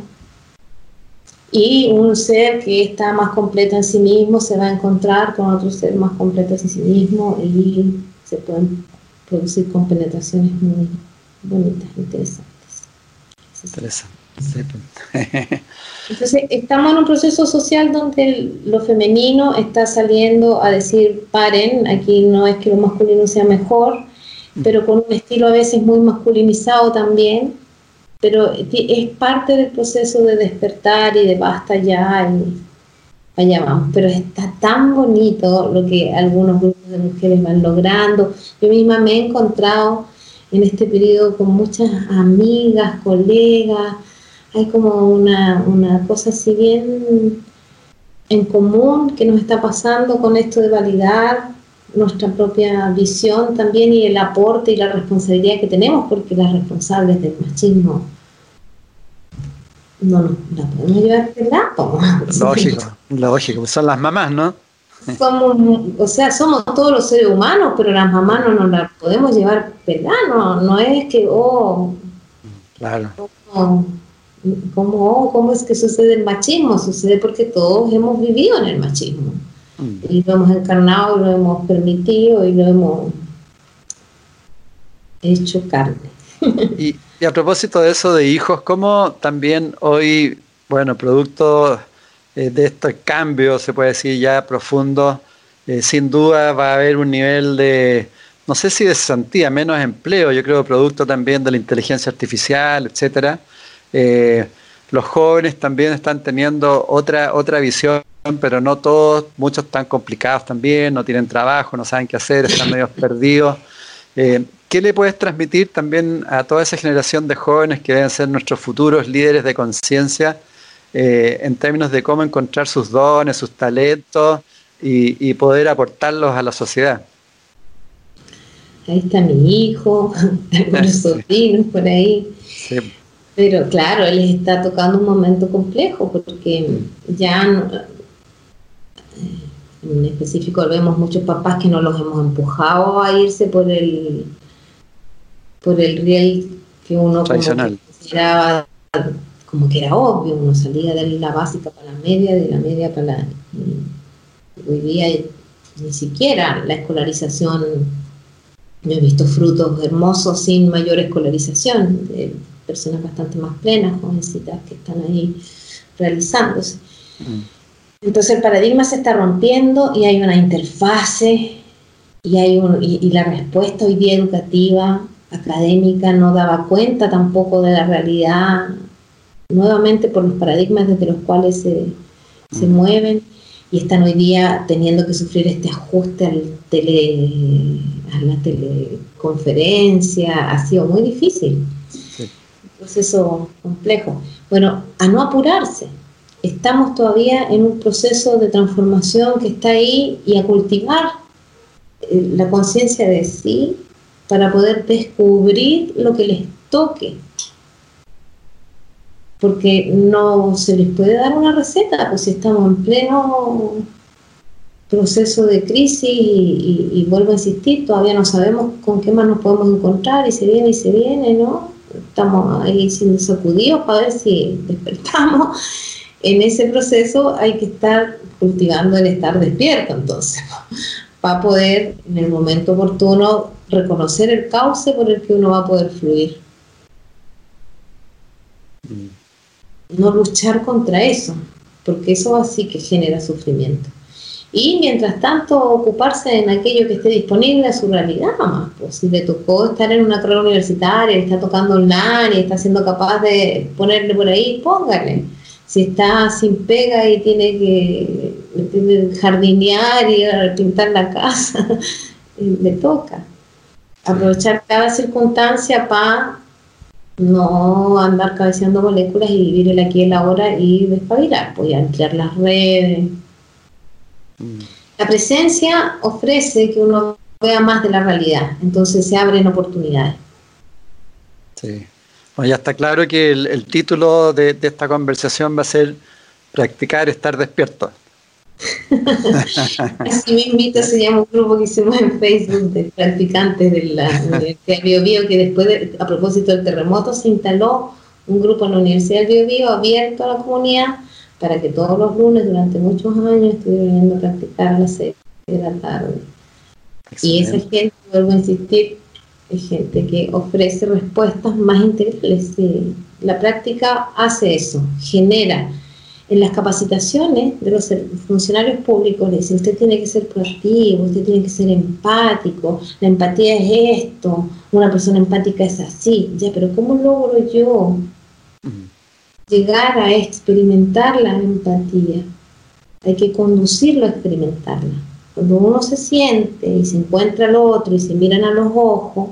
Speaker 3: Y un ser que está más completo en sí mismo se va a encontrar con otro ser más completo en sí mismo y se pueden producir compenetraciones muy bonitas, interesantes.
Speaker 2: Interesante. Sí.
Speaker 3: Entonces, estamos en un proceso social donde el, lo femenino está saliendo a decir, paren, aquí no es que lo masculino sea mejor, pero con un estilo a veces muy masculinizado también, pero es parte del proceso de despertar y de basta ya, y allá vamos. Pero está tan bonito lo que algunos grupos de mujeres van logrando. Yo misma me he encontrado en este periodo con muchas amigas, colegas. Hay como una, una cosa así bien en común que nos está pasando con esto de validar nuestra propia visión también y el aporte y la responsabilidad que tenemos, porque las responsables del machismo no nos la podemos llevar de lado.
Speaker 2: Lógico, lógico, son las mamás, ¿no?
Speaker 3: Somos, o sea, somos todos los seres humanos, pero las mamás no nos las podemos llevar pelada, no, no es que, oh,
Speaker 2: claro.
Speaker 3: Oh, ¿Cómo, ¿Cómo es que sucede el machismo? Sucede porque todos hemos vivido en el machismo. Mm. Y lo hemos encarnado, y lo hemos permitido, y lo hemos hecho carne.
Speaker 2: Y, y a propósito de eso de hijos, ¿cómo también hoy, bueno, producto eh, de estos cambios, se puede decir ya profundos, eh, sin duda va a haber un nivel de, no sé si de cesantía, menos empleo, yo creo producto también de la inteligencia artificial, etcétera. Eh, los jóvenes también están teniendo otra, otra visión, pero no todos, muchos están complicados también, no tienen trabajo, no saben qué hacer, están medio perdidos. Eh, ¿Qué le puedes transmitir también a toda esa generación de jóvenes que deben ser nuestros futuros líderes de conciencia eh, en términos de cómo encontrar sus dones, sus talentos y, y poder aportarlos a la sociedad?
Speaker 3: Ahí está mi hijo, algunos sobrinos por ahí.
Speaker 2: Sí.
Speaker 3: Pero claro, les está tocando un momento complejo porque ya, no, en específico, vemos muchos papás que no los hemos empujado a irse por el por el riel que uno
Speaker 2: tradicional,
Speaker 3: como que consideraba como que era obvio. Uno salía de la básica para la media, de la media para la... Hoy día ni siquiera la escolarización, yo he visto frutos hermosos sin mayor escolarización, de personas bastante más plenas, jovencitas que están ahí realizándose. Mm. Entonces el paradigma se está rompiendo y hay una interfase y, hay un, y, y la respuesta hoy día educativa, académica, no daba cuenta tampoco de la realidad, nuevamente por los paradigmas desde los cuales se, mm. se mueven, y están hoy día teniendo que sufrir este ajuste al tele, a la teleconferencia. Ha sido muy difícil. Sí. Un proceso complejo. Bueno, a no apurarse. Estamos todavía en un proceso de transformación que está ahí, y a cultivar la conciencia de sí para poder descubrir lo que les toque. Porque no se les puede dar una receta, pues si estamos en pleno proceso de crisis y, y, y vuelvo a insistir, todavía no sabemos con qué más nos podemos encontrar, y se viene y se viene, ¿no? Estamos ahí siendo sacudidos para ver si despertamos. En ese proceso hay que estar cultivando el estar despierto, entonces, para poder en el momento oportuno reconocer el cauce por el que uno va a poder fluir. No luchar contra eso, porque eso así que genera sufrimiento. Y mientras tanto ocuparse en aquello que esté disponible a su realidad más. Pues si le tocó estar en una carrera universitaria, está tocando online y está siendo capaz de ponerle por ahí, póngale. Si está sin pega y tiene que, tiene que jardinear y pintar la casa, le toca. Aprovechar cada circunstancia para no andar cabeceando moléculas y vivir el aquí y el ahora y despabilar, pues, y ampliar las redes. Mm. La presencia ofrece que uno vea más de la realidad, entonces se abren oportunidades.
Speaker 2: Sí. Bueno, ya está claro que el, el título de, de esta conversación va a ser practicar estar despierto.
Speaker 3: Así mismito se llama un grupo que hicimos en Facebook de practicantes de la Universidad del Biobío, que después, de, a propósito del terremoto, se instaló un grupo en la Universidad del Biobío abierto a la comunidad para que todos los lunes durante muchos años estuvieran yendo a practicar a las seis de la tarde. Excelente. Y esa gente, vuelvo a insistir, es gente que ofrece respuestas más integrales. Sí. La práctica hace eso, genera. En las capacitaciones de los funcionarios públicos le dicen: usted tiene que ser proactivo, usted tiene que ser empático, la empatía es esto, una persona empática es así. Ya, pero ¿cómo logro yo llegar a experimentar la empatía? Hay que conducirlo a experimentarla. Cuando uno se siente y se encuentra al otro y se miran a los ojos,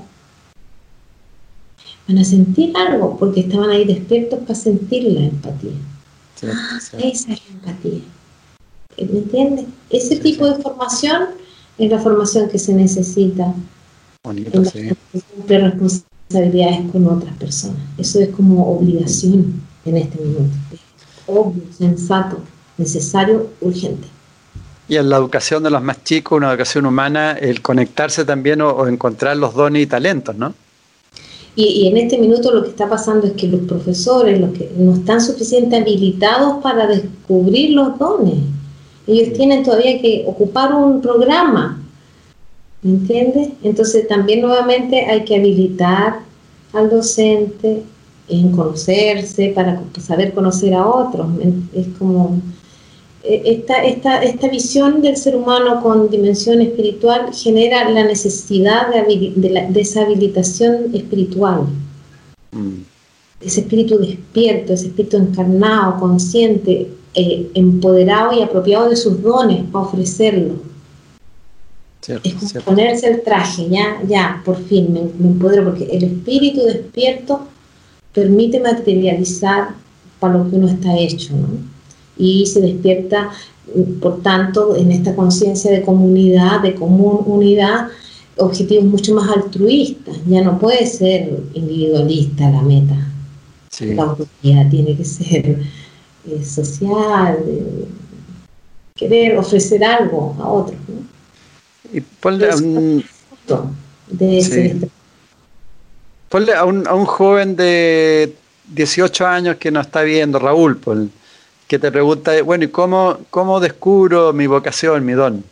Speaker 3: van a sentir algo, porque estaban ahí despiertos para sentir la empatía. Sí, sí. Esa es la empatía. ¿Me entiendes? Ese sí, tipo sí. de formación es la formación que se necesita. Bonito, en la sí. que cumple responsabilidades con otras personas. Eso es como obligación en este minuto. Es obvio, sensato, necesario, urgente.
Speaker 2: Y en la educación de los más chicos, una educación humana, el conectarse también o, o encontrar los dones y talentos, ¿no?
Speaker 3: Y, y en este minuto lo que está pasando es que los profesores, los que no están suficientemente habilitados para descubrir los dones, ellos tienen todavía que ocupar un programa, ¿me entiendes? Entonces también nuevamente hay que habilitar al docente en conocerse para saber conocer a otros. Es como esta, esta, esta visión del ser humano con dimensión espiritual genera la necesidad de, de la deshabilitación espiritual. Mm. Ese espíritu despierto, ese espíritu encarnado, consciente, eh, empoderado y apropiado de sus dones para ofrecerlo. Cierto, es como cierto. Ponerse el traje, ya, ya, por fin me, me empodero, porque el espíritu despierto permite materializar para lo que uno está hecho, ¿no? Y se despierta, por tanto, en esta conciencia de comunidad, de común unidad, objetivos mucho más altruistas. Ya no puede ser individualista la meta. Sí. La autoridad tiene que ser eh, social, eh, querer ofrecer algo a otros, ¿no?
Speaker 2: Y ponle a un,
Speaker 3: de
Speaker 2: sí. ponle a un, a un joven de dieciocho años que nos está viendo, Raúl, pues, que te pregunta, bueno, ¿y cómo, cómo descubro mi vocación, mi don?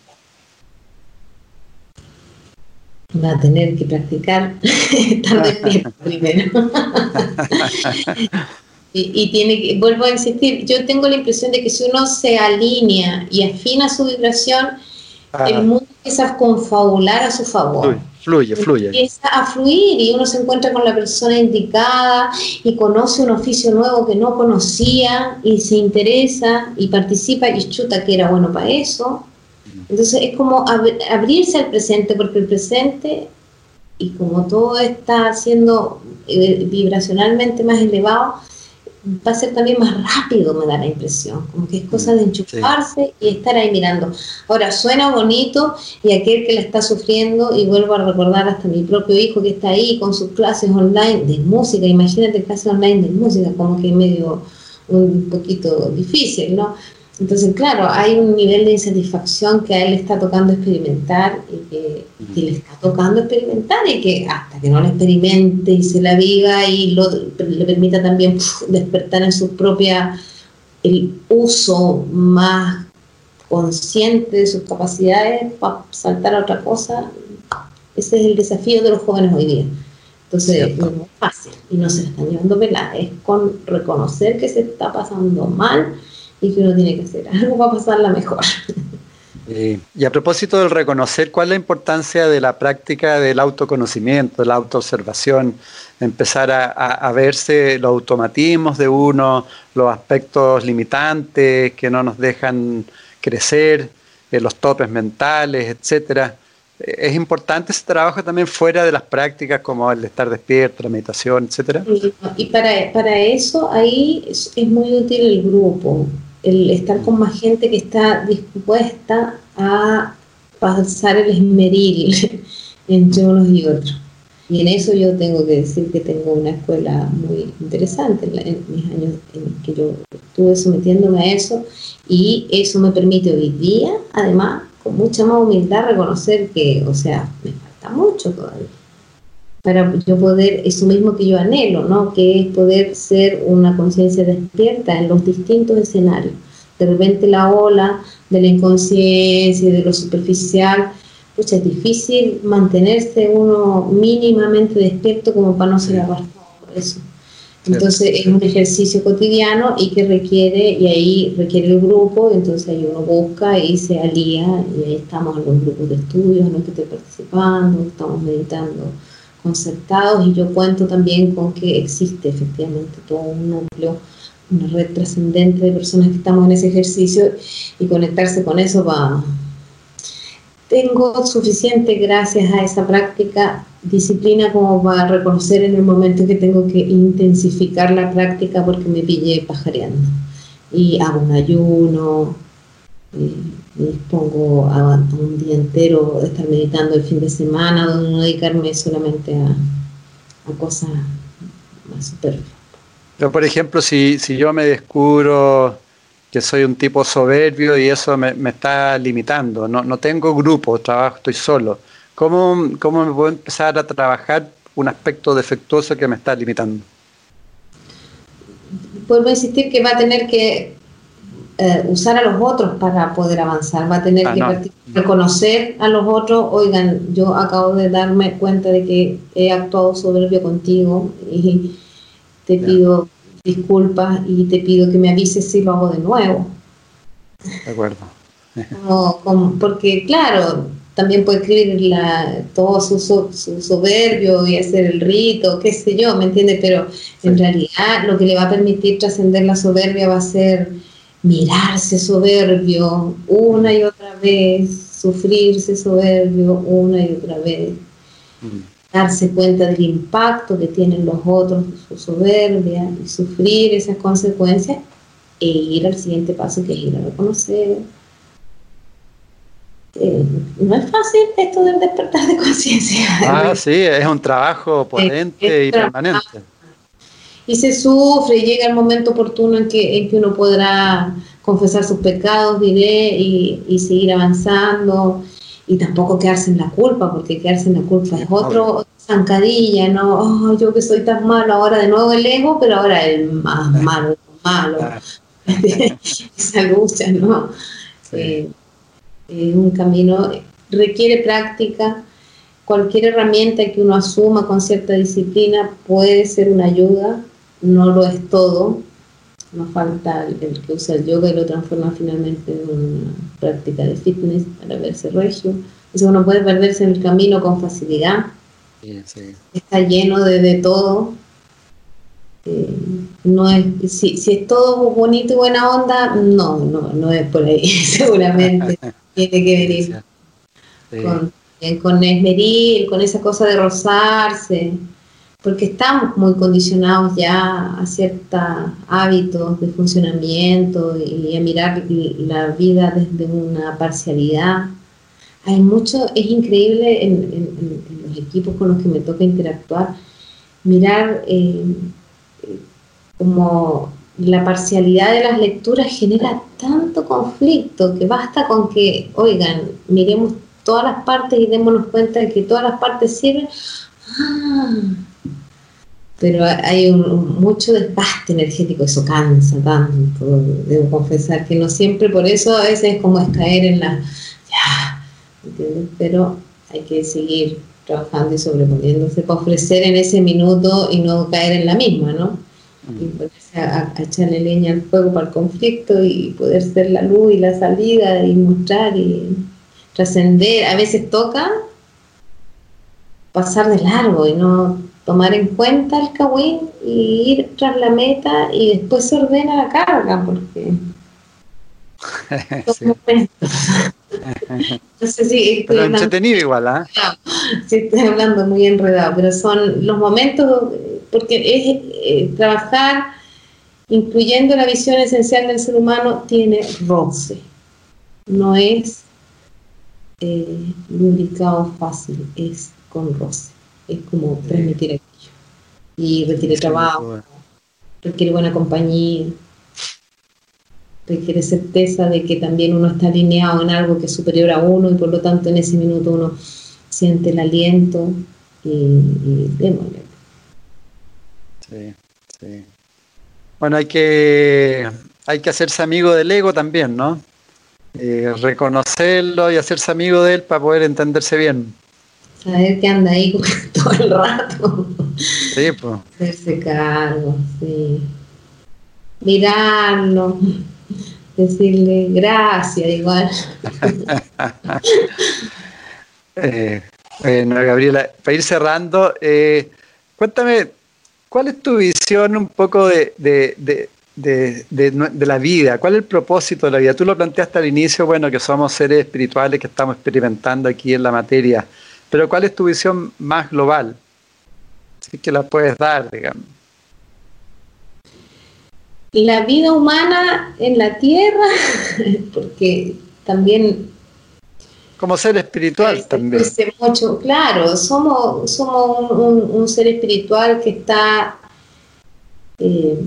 Speaker 3: Va a tener que practicar, estar despierto primero. y, y tiene que, vuelvo a insistir, yo tengo la impresión de que si uno se alinea y afina su vibración, ah. el mundo empieza a confabular a su favor.
Speaker 2: Fluye, fluye.
Speaker 3: Empieza a fluir y uno se encuentra con la persona indicada y conoce un oficio nuevo que no conocía y se interesa y participa y chuta que era bueno para eso. Entonces es como ab- abrirse al presente, porque el presente, y como todo está siendo eh, vibracionalmente más elevado, va a ser también más rápido, me da la impresión, como que es cosa de enchufarse sí. y estar ahí mirando. Ahora, suena bonito, y aquel que la está sufriendo, y vuelvo a recordar hasta mi propio hijo que está ahí con sus clases online de música, imagínate clases online de música, como que medio un poquito difícil, ¿no? Entonces, claro, hay un nivel de insatisfacción que a él le está tocando experimentar y que, que le está tocando experimentar y que hasta que no lo experimente y se la viva y lo, le permita también puf, despertar en su propia, el uso más consciente de sus capacidades para saltar a otra cosa, ese es el desafío de los jóvenes hoy día. Entonces, no es fácil y no se la están llevando pelada, es con reconocer que se está pasando mal y que uno tiene que hacer algo para pasarla mejor.
Speaker 2: Eh, y a propósito del reconocer, ¿cuál es la importancia de la práctica del autoconocimiento, de la autoobservación? Empezar a, a, a verse los automatismos de uno, los aspectos limitantes que no nos dejan crecer, eh, los topes mentales, etcétera. Eh, es importante ese trabajo también fuera de las prácticas como el de estar despierto, la meditación, etcétera.
Speaker 3: Y, y para, para eso ahí es, es muy útil el grupo. El estar con más gente que está dispuesta a pasar el esmeril entre unos y otros. Y en eso yo tengo que decir que tengo una escuela muy interesante en, la, en mis años en que yo estuve sometiéndome a eso, y eso me permite hoy día, además, con mucha más humildad, reconocer que, o sea, me falta mucho todavía para yo poder, eso mismo que yo anhelo, ¿no? Que es poder ser una conciencia despierta en los distintos escenarios. De repente la ola de la inconsciencia y de lo superficial, pucha, es difícil mantenerse uno mínimamente despierto como para no ser arrastrado por eso. Entonces es un ejercicio cotidiano y que requiere, y ahí requiere el grupo, entonces ahí uno busca y se alía, y ahí estamos en los grupos de estudios en los que estoy participando, estamos meditando concertados, y yo cuento también con que existe efectivamente todo un núcleo, una red trascendente de personas que estamos en ese ejercicio, y conectarse con eso va. Tengo suficiente, gracias a esa práctica, disciplina como para reconocer en el momento que tengo que intensificar la práctica porque me pillé pajareando, y hago un ayuno, y me dispongo a, a un día entero de estar meditando el fin de semana, donde no dedicarme solamente a, a cosas más superfluas.
Speaker 2: Pero, por ejemplo, si, si yo me descubro que soy un tipo soberbio y eso me, me está limitando, no, no tengo grupo, trabajo, estoy solo, ¿cómo, cómo me puedo empezar a trabajar un aspecto defectuoso que me está limitando?
Speaker 3: Vuelvo a insistir que va a tener que eh, usar a los otros para poder avanzar, va a tener ah, que no. reconocer a los otros. Oigan, yo acabo de darme cuenta de que he actuado soberbio contigo y te pido disculpas y te pido que me avises si lo hago de nuevo.
Speaker 2: de acuerdo.
Speaker 3: Como, como, porque claro, también puede escribir la, todo su, su, su soberbio y hacer el rito, qué sé yo, ¿me entiendes? Pero sí. En realidad lo que le va a permitir trascender la soberbia va a ser mirarse soberbio una y otra vez, sufrirse soberbio una y otra vez, mm. darse cuenta del impacto que tienen los otros, su soberbia, y sufrir esas consecuencias e ir al siguiente paso, que es ir a reconocer. Eh, no es fácil esto del despertar de conciencia.
Speaker 2: Ah, sí, es un trabajo potente es, es y trabajo. permanente.
Speaker 3: Y se sufre, y llega el momento oportuno en que, en que uno podrá confesar sus pecados, diré, y, y seguir avanzando, y tampoco quedarse en la culpa, porque quedarse en la culpa es otro zancadilla, ¿no? Oh, yo que soy tan malo, ahora de nuevo el ego, pero ahora el más malo, el malo. Esa lucha, ¿no? Sí. Eh, Eh, un camino, requiere práctica. Cualquier herramienta que uno asuma con cierta disciplina puede ser una ayuda, no lo es todo. Nos falta el, el que usa el yoga y lo transforma finalmente en una práctica de fitness para verse regio. Entonces uno puede perderse en el camino con facilidad.
Speaker 2: Sí, sí.
Speaker 3: Está lleno de, de todo. Eh, no es, si, si es todo bonito y buena onda, no, no, no es por ahí, seguramente. Tiene que venir sí. con, con esmeril, con esa cosa de rozarse, porque estamos muy condicionados ya a ciertos hábitos de funcionamiento y a mirar la vida desde una parcialidad. Hay mucho, es increíble en, en, en los equipos con los que me toca interactuar, mirar eh, como la parcialidad de las lecturas genera tanto conflicto que basta con que, oigan, miremos todas las partes y démonos cuenta de que todas las partes sirven. Ah, pero hay un, un, mucho desgaste energético, eso cansa tanto, debo confesar que no siempre, por eso a veces es como es caer en la... Ya, ¿entiendes? Pero hay que seguir trabajando y sobreponiéndose para ofrecer en ese minuto y no caer en la misma, ¿no? Y ponerse a, a echarle leña al fuego para el conflicto y poder ser la luz y la salida y mostrar y trascender. A veces toca pasar de largo y no tomar en cuenta el cagüín y ir tras la meta y después se ordena la carga porque
Speaker 2: sí.
Speaker 3: No sé si
Speaker 2: pero entretenido igual, ¿ah? ¿eh?
Speaker 3: Sí, estoy hablando muy enredado, pero son los momentos, porque es eh, trabajar incluyendo la visión esencial del ser humano tiene roce, no es eh, lubricado fácil, es con roce, es como transmitir aquello y requiere sí, trabajo, bueno. Requiere buena compañía, requiere certeza de que también uno está alineado en algo que es superior a uno y por lo tanto en ese minuto uno siente el aliento y, y démosle.
Speaker 2: Sí, sí. Bueno, hay que, hay que hacerse amigo del ego también, ¿no? Eh, reconocerlo y hacerse amigo de él para poder entenderse bien.
Speaker 3: Saber que anda ahí todo el rato.
Speaker 2: Sí, pues.
Speaker 3: Hacerse cargo, sí. Mirarlo, decirle gracias igual.
Speaker 2: eh, bueno, Gabriela, para ir cerrando, eh, cuéntame, ¿cuál es tu visión un poco de, de, de, de, de, de la vida? ¿Cuál es el propósito de la vida? Tú lo planteaste al inicio, bueno, que somos seres espirituales que estamos experimentando aquí en la materia, pero ¿cuál es tu visión más global? Si es que la puedes dar, digamos.
Speaker 3: La vida humana en la Tierra, porque también...
Speaker 2: Como ser espiritual también.
Speaker 3: Mucho, claro, somos, somos un, un, un ser espiritual que está... Eh,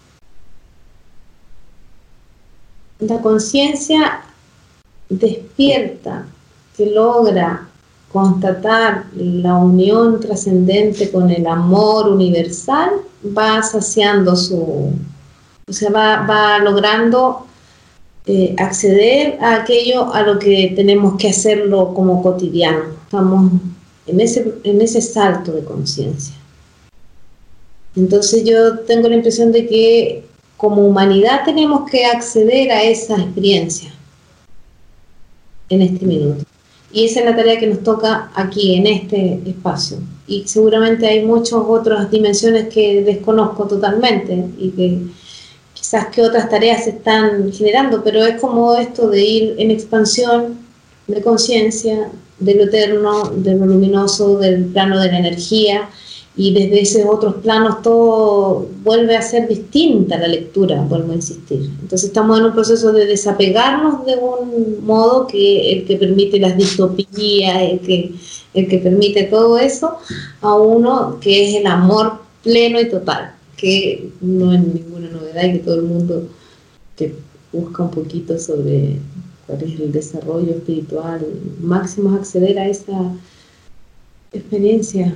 Speaker 3: la conciencia despierta, que logra constatar la unión trascendente con el amor universal, va saciando su... O sea, va, va logrando eh, acceder a aquello a lo que tenemos que hacerlo como cotidiano. Estamos en ese, en ese salto de conciencia. Entonces yo tengo la impresión de que como humanidad tenemos que acceder a esa experiencia en este minuto. Y esa es la tarea que nos toca aquí, en este espacio. Y seguramente hay muchas otras dimensiones que desconozco totalmente y que quizás que otras tareas se están generando, pero es como esto de ir en expansión de conciencia, de lo eterno, de lo luminoso, del plano de la energía, y desde esos otros planos todo vuelve a ser distinta la lectura, vuelvo a insistir. Entonces estamos en un proceso de desapegarnos de un modo que el que permite las distopías, el que, el que permite todo eso, a uno que es el amor pleno y total, que no es ninguna novedad y que todo el mundo que busca un poquito sobre cuál es el desarrollo espiritual máximo es acceder a esa experiencia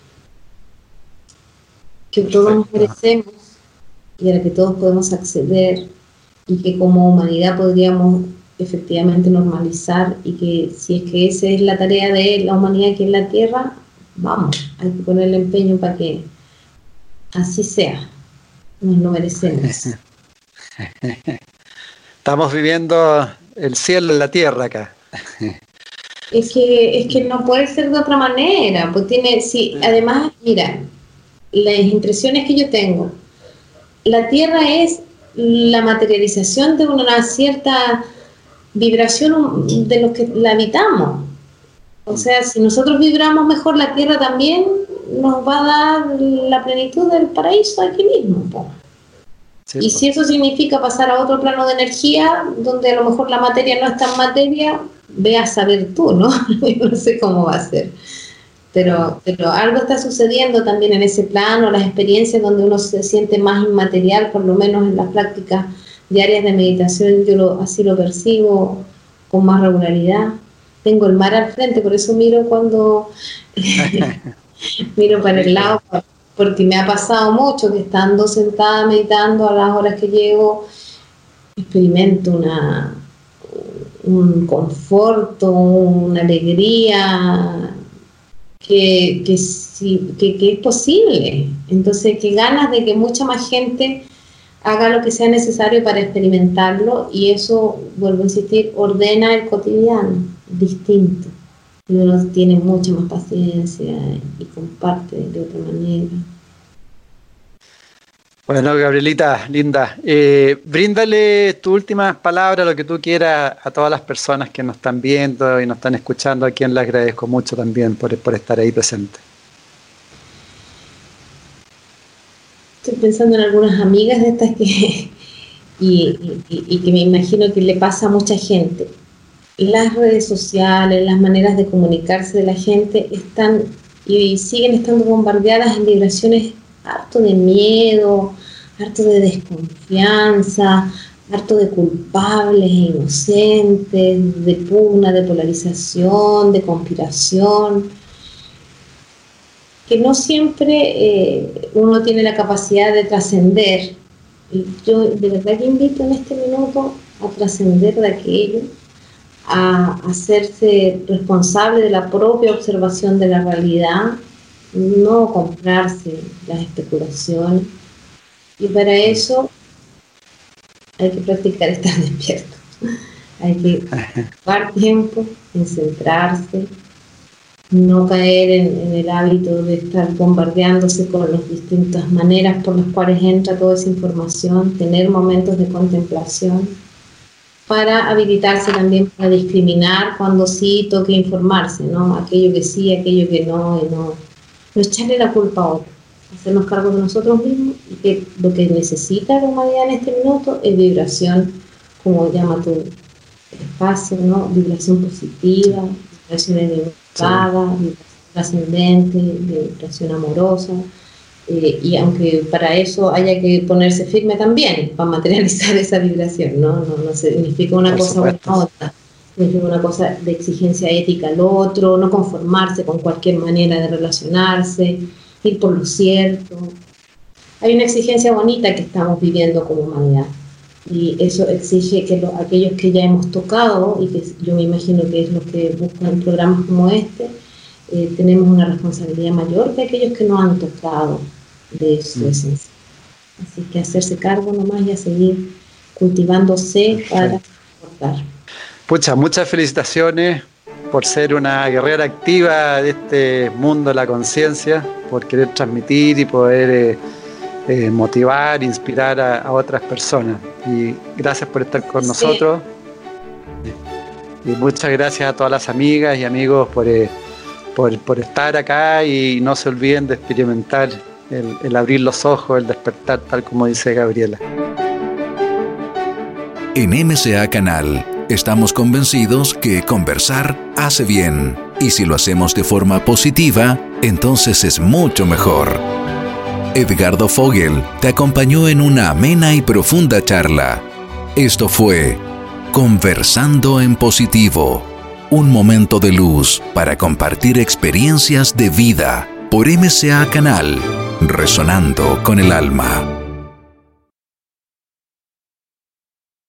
Speaker 3: que todos nos merecemos y a la que todos podemos acceder, y que como humanidad podríamos efectivamente normalizar, y que si es que esa es la tarea de la humanidad aquí en la Tierra, vamos, hay que ponerle empeño para que así sea, nos lo merecemos.
Speaker 2: Estamos viviendo el cielo en la tierra acá.
Speaker 3: Es que, es que no puede ser de otra manera, pues tiene, sí, además, mira, las impresiones que yo tengo, la Tierra es la materialización de una cierta vibración de los que la habitamos. O sea, si nosotros vibramos mejor, la Tierra también nos va a dar la plenitud del paraíso aquí mismo, po. Sí, y si eso significa pasar a otro plano de energía, donde a lo mejor la materia no es tan materia, ve a saber tú, ¿no? Yo no sé cómo va a ser. Pero, pero algo está sucediendo también en ese plano, las experiencias donde uno se siente más inmaterial, por lo menos en las prácticas diarias de meditación, yo lo, así lo percibo con más regularidad. Tengo el mar al frente, por eso miro cuando miro para el lado, porque me ha pasado mucho que estando sentada meditando a las horas que llego, experimento una, un conforto, una alegría, que, que, sí, que, que es posible. Entonces, que ganas de que mucha más gente haga lo que sea necesario para experimentarlo, y eso, vuelvo a insistir, ordena el cotidiano distinto, y uno tiene mucha más paciencia y comparte de otra manera.
Speaker 2: Bueno, Gabrielita, linda, eh, bríndale tu última palabra, lo que tú quieras, a todas las personas que nos están viendo y nos están escuchando, a quien le agradezco mucho también por, por estar ahí presente.
Speaker 3: Estoy pensando en algunas amigas de estas que y, y, y que me imagino que le pasa a mucha gente. Las redes sociales, las maneras de comunicarse de la gente están y siguen estando bombardeadas en vibraciones harto de miedo, harto de desconfianza, harto de culpables e inocentes, de pugna, de polarización, de conspiración, que no siempre eh, uno tiene la capacidad de trascender. Yo de verdad que invito en este minuto a trascender de aquello, a hacerse responsable de la propia observación de la realidad, no comprarse las especulaciones, y para eso hay que practicar estar despierto, hay que tomar tiempo en centrarse, no caer en, en el hábito de estar bombardeándose con las distintas maneras por las cuales entra toda esa información, tener momentos de contemplación para habilitarse también para discriminar cuando sí toque informarse, ¿no? Aquello que sí, aquello que no, y no, no echarle la culpa a otro, hacernos cargo de nosotros mismos, y que lo que necesita la humanidad en este minuto es vibración, como llama tu espacio, ¿no? Vibración positiva, vibración elevada, sí. Vibración trascendente, vibración amorosa, eh, y aunque para eso haya que ponerse firme también, para materializar esa vibración, ¿no? No, no significa una Por cosa u otra. Significa una cosa de exigencia ética al otro, no conformarse con cualquier manera de relacionarse, ir por lo cierto. Hay una exigencia bonita que estamos viviendo como humanidad, y eso exige que los, aquellos que ya hemos tocado, y que yo me imagino que es los que buscan programas como este, eh, tenemos una responsabilidad mayor que aquellos que no han tocado de su esencia. Así que hacerse cargo nomás y a seguir cultivándose para aportar.
Speaker 2: Pucha, muchas felicitaciones por ser una guerrera activa de este mundo de la conciencia, por querer transmitir y poder eh, eh, motivar, inspirar a, a otras personas. Y gracias por estar con sí. nosotros. Y muchas gracias a todas las amigas y amigos por, eh, por, por estar acá, y no se olviden de experimentar el, el abrir los ojos, el despertar, tal como dice Gabriela.
Speaker 1: En M C A Canal estamos convencidos que conversar hace bien, y si lo hacemos de forma positiva, entonces es mucho mejor. Edgardo Fogel te acompañó en una amena y profunda charla. Esto fue Conversando en Positivo, un momento de luz para compartir experiencias de vida por M C A Canal, resonando con el alma.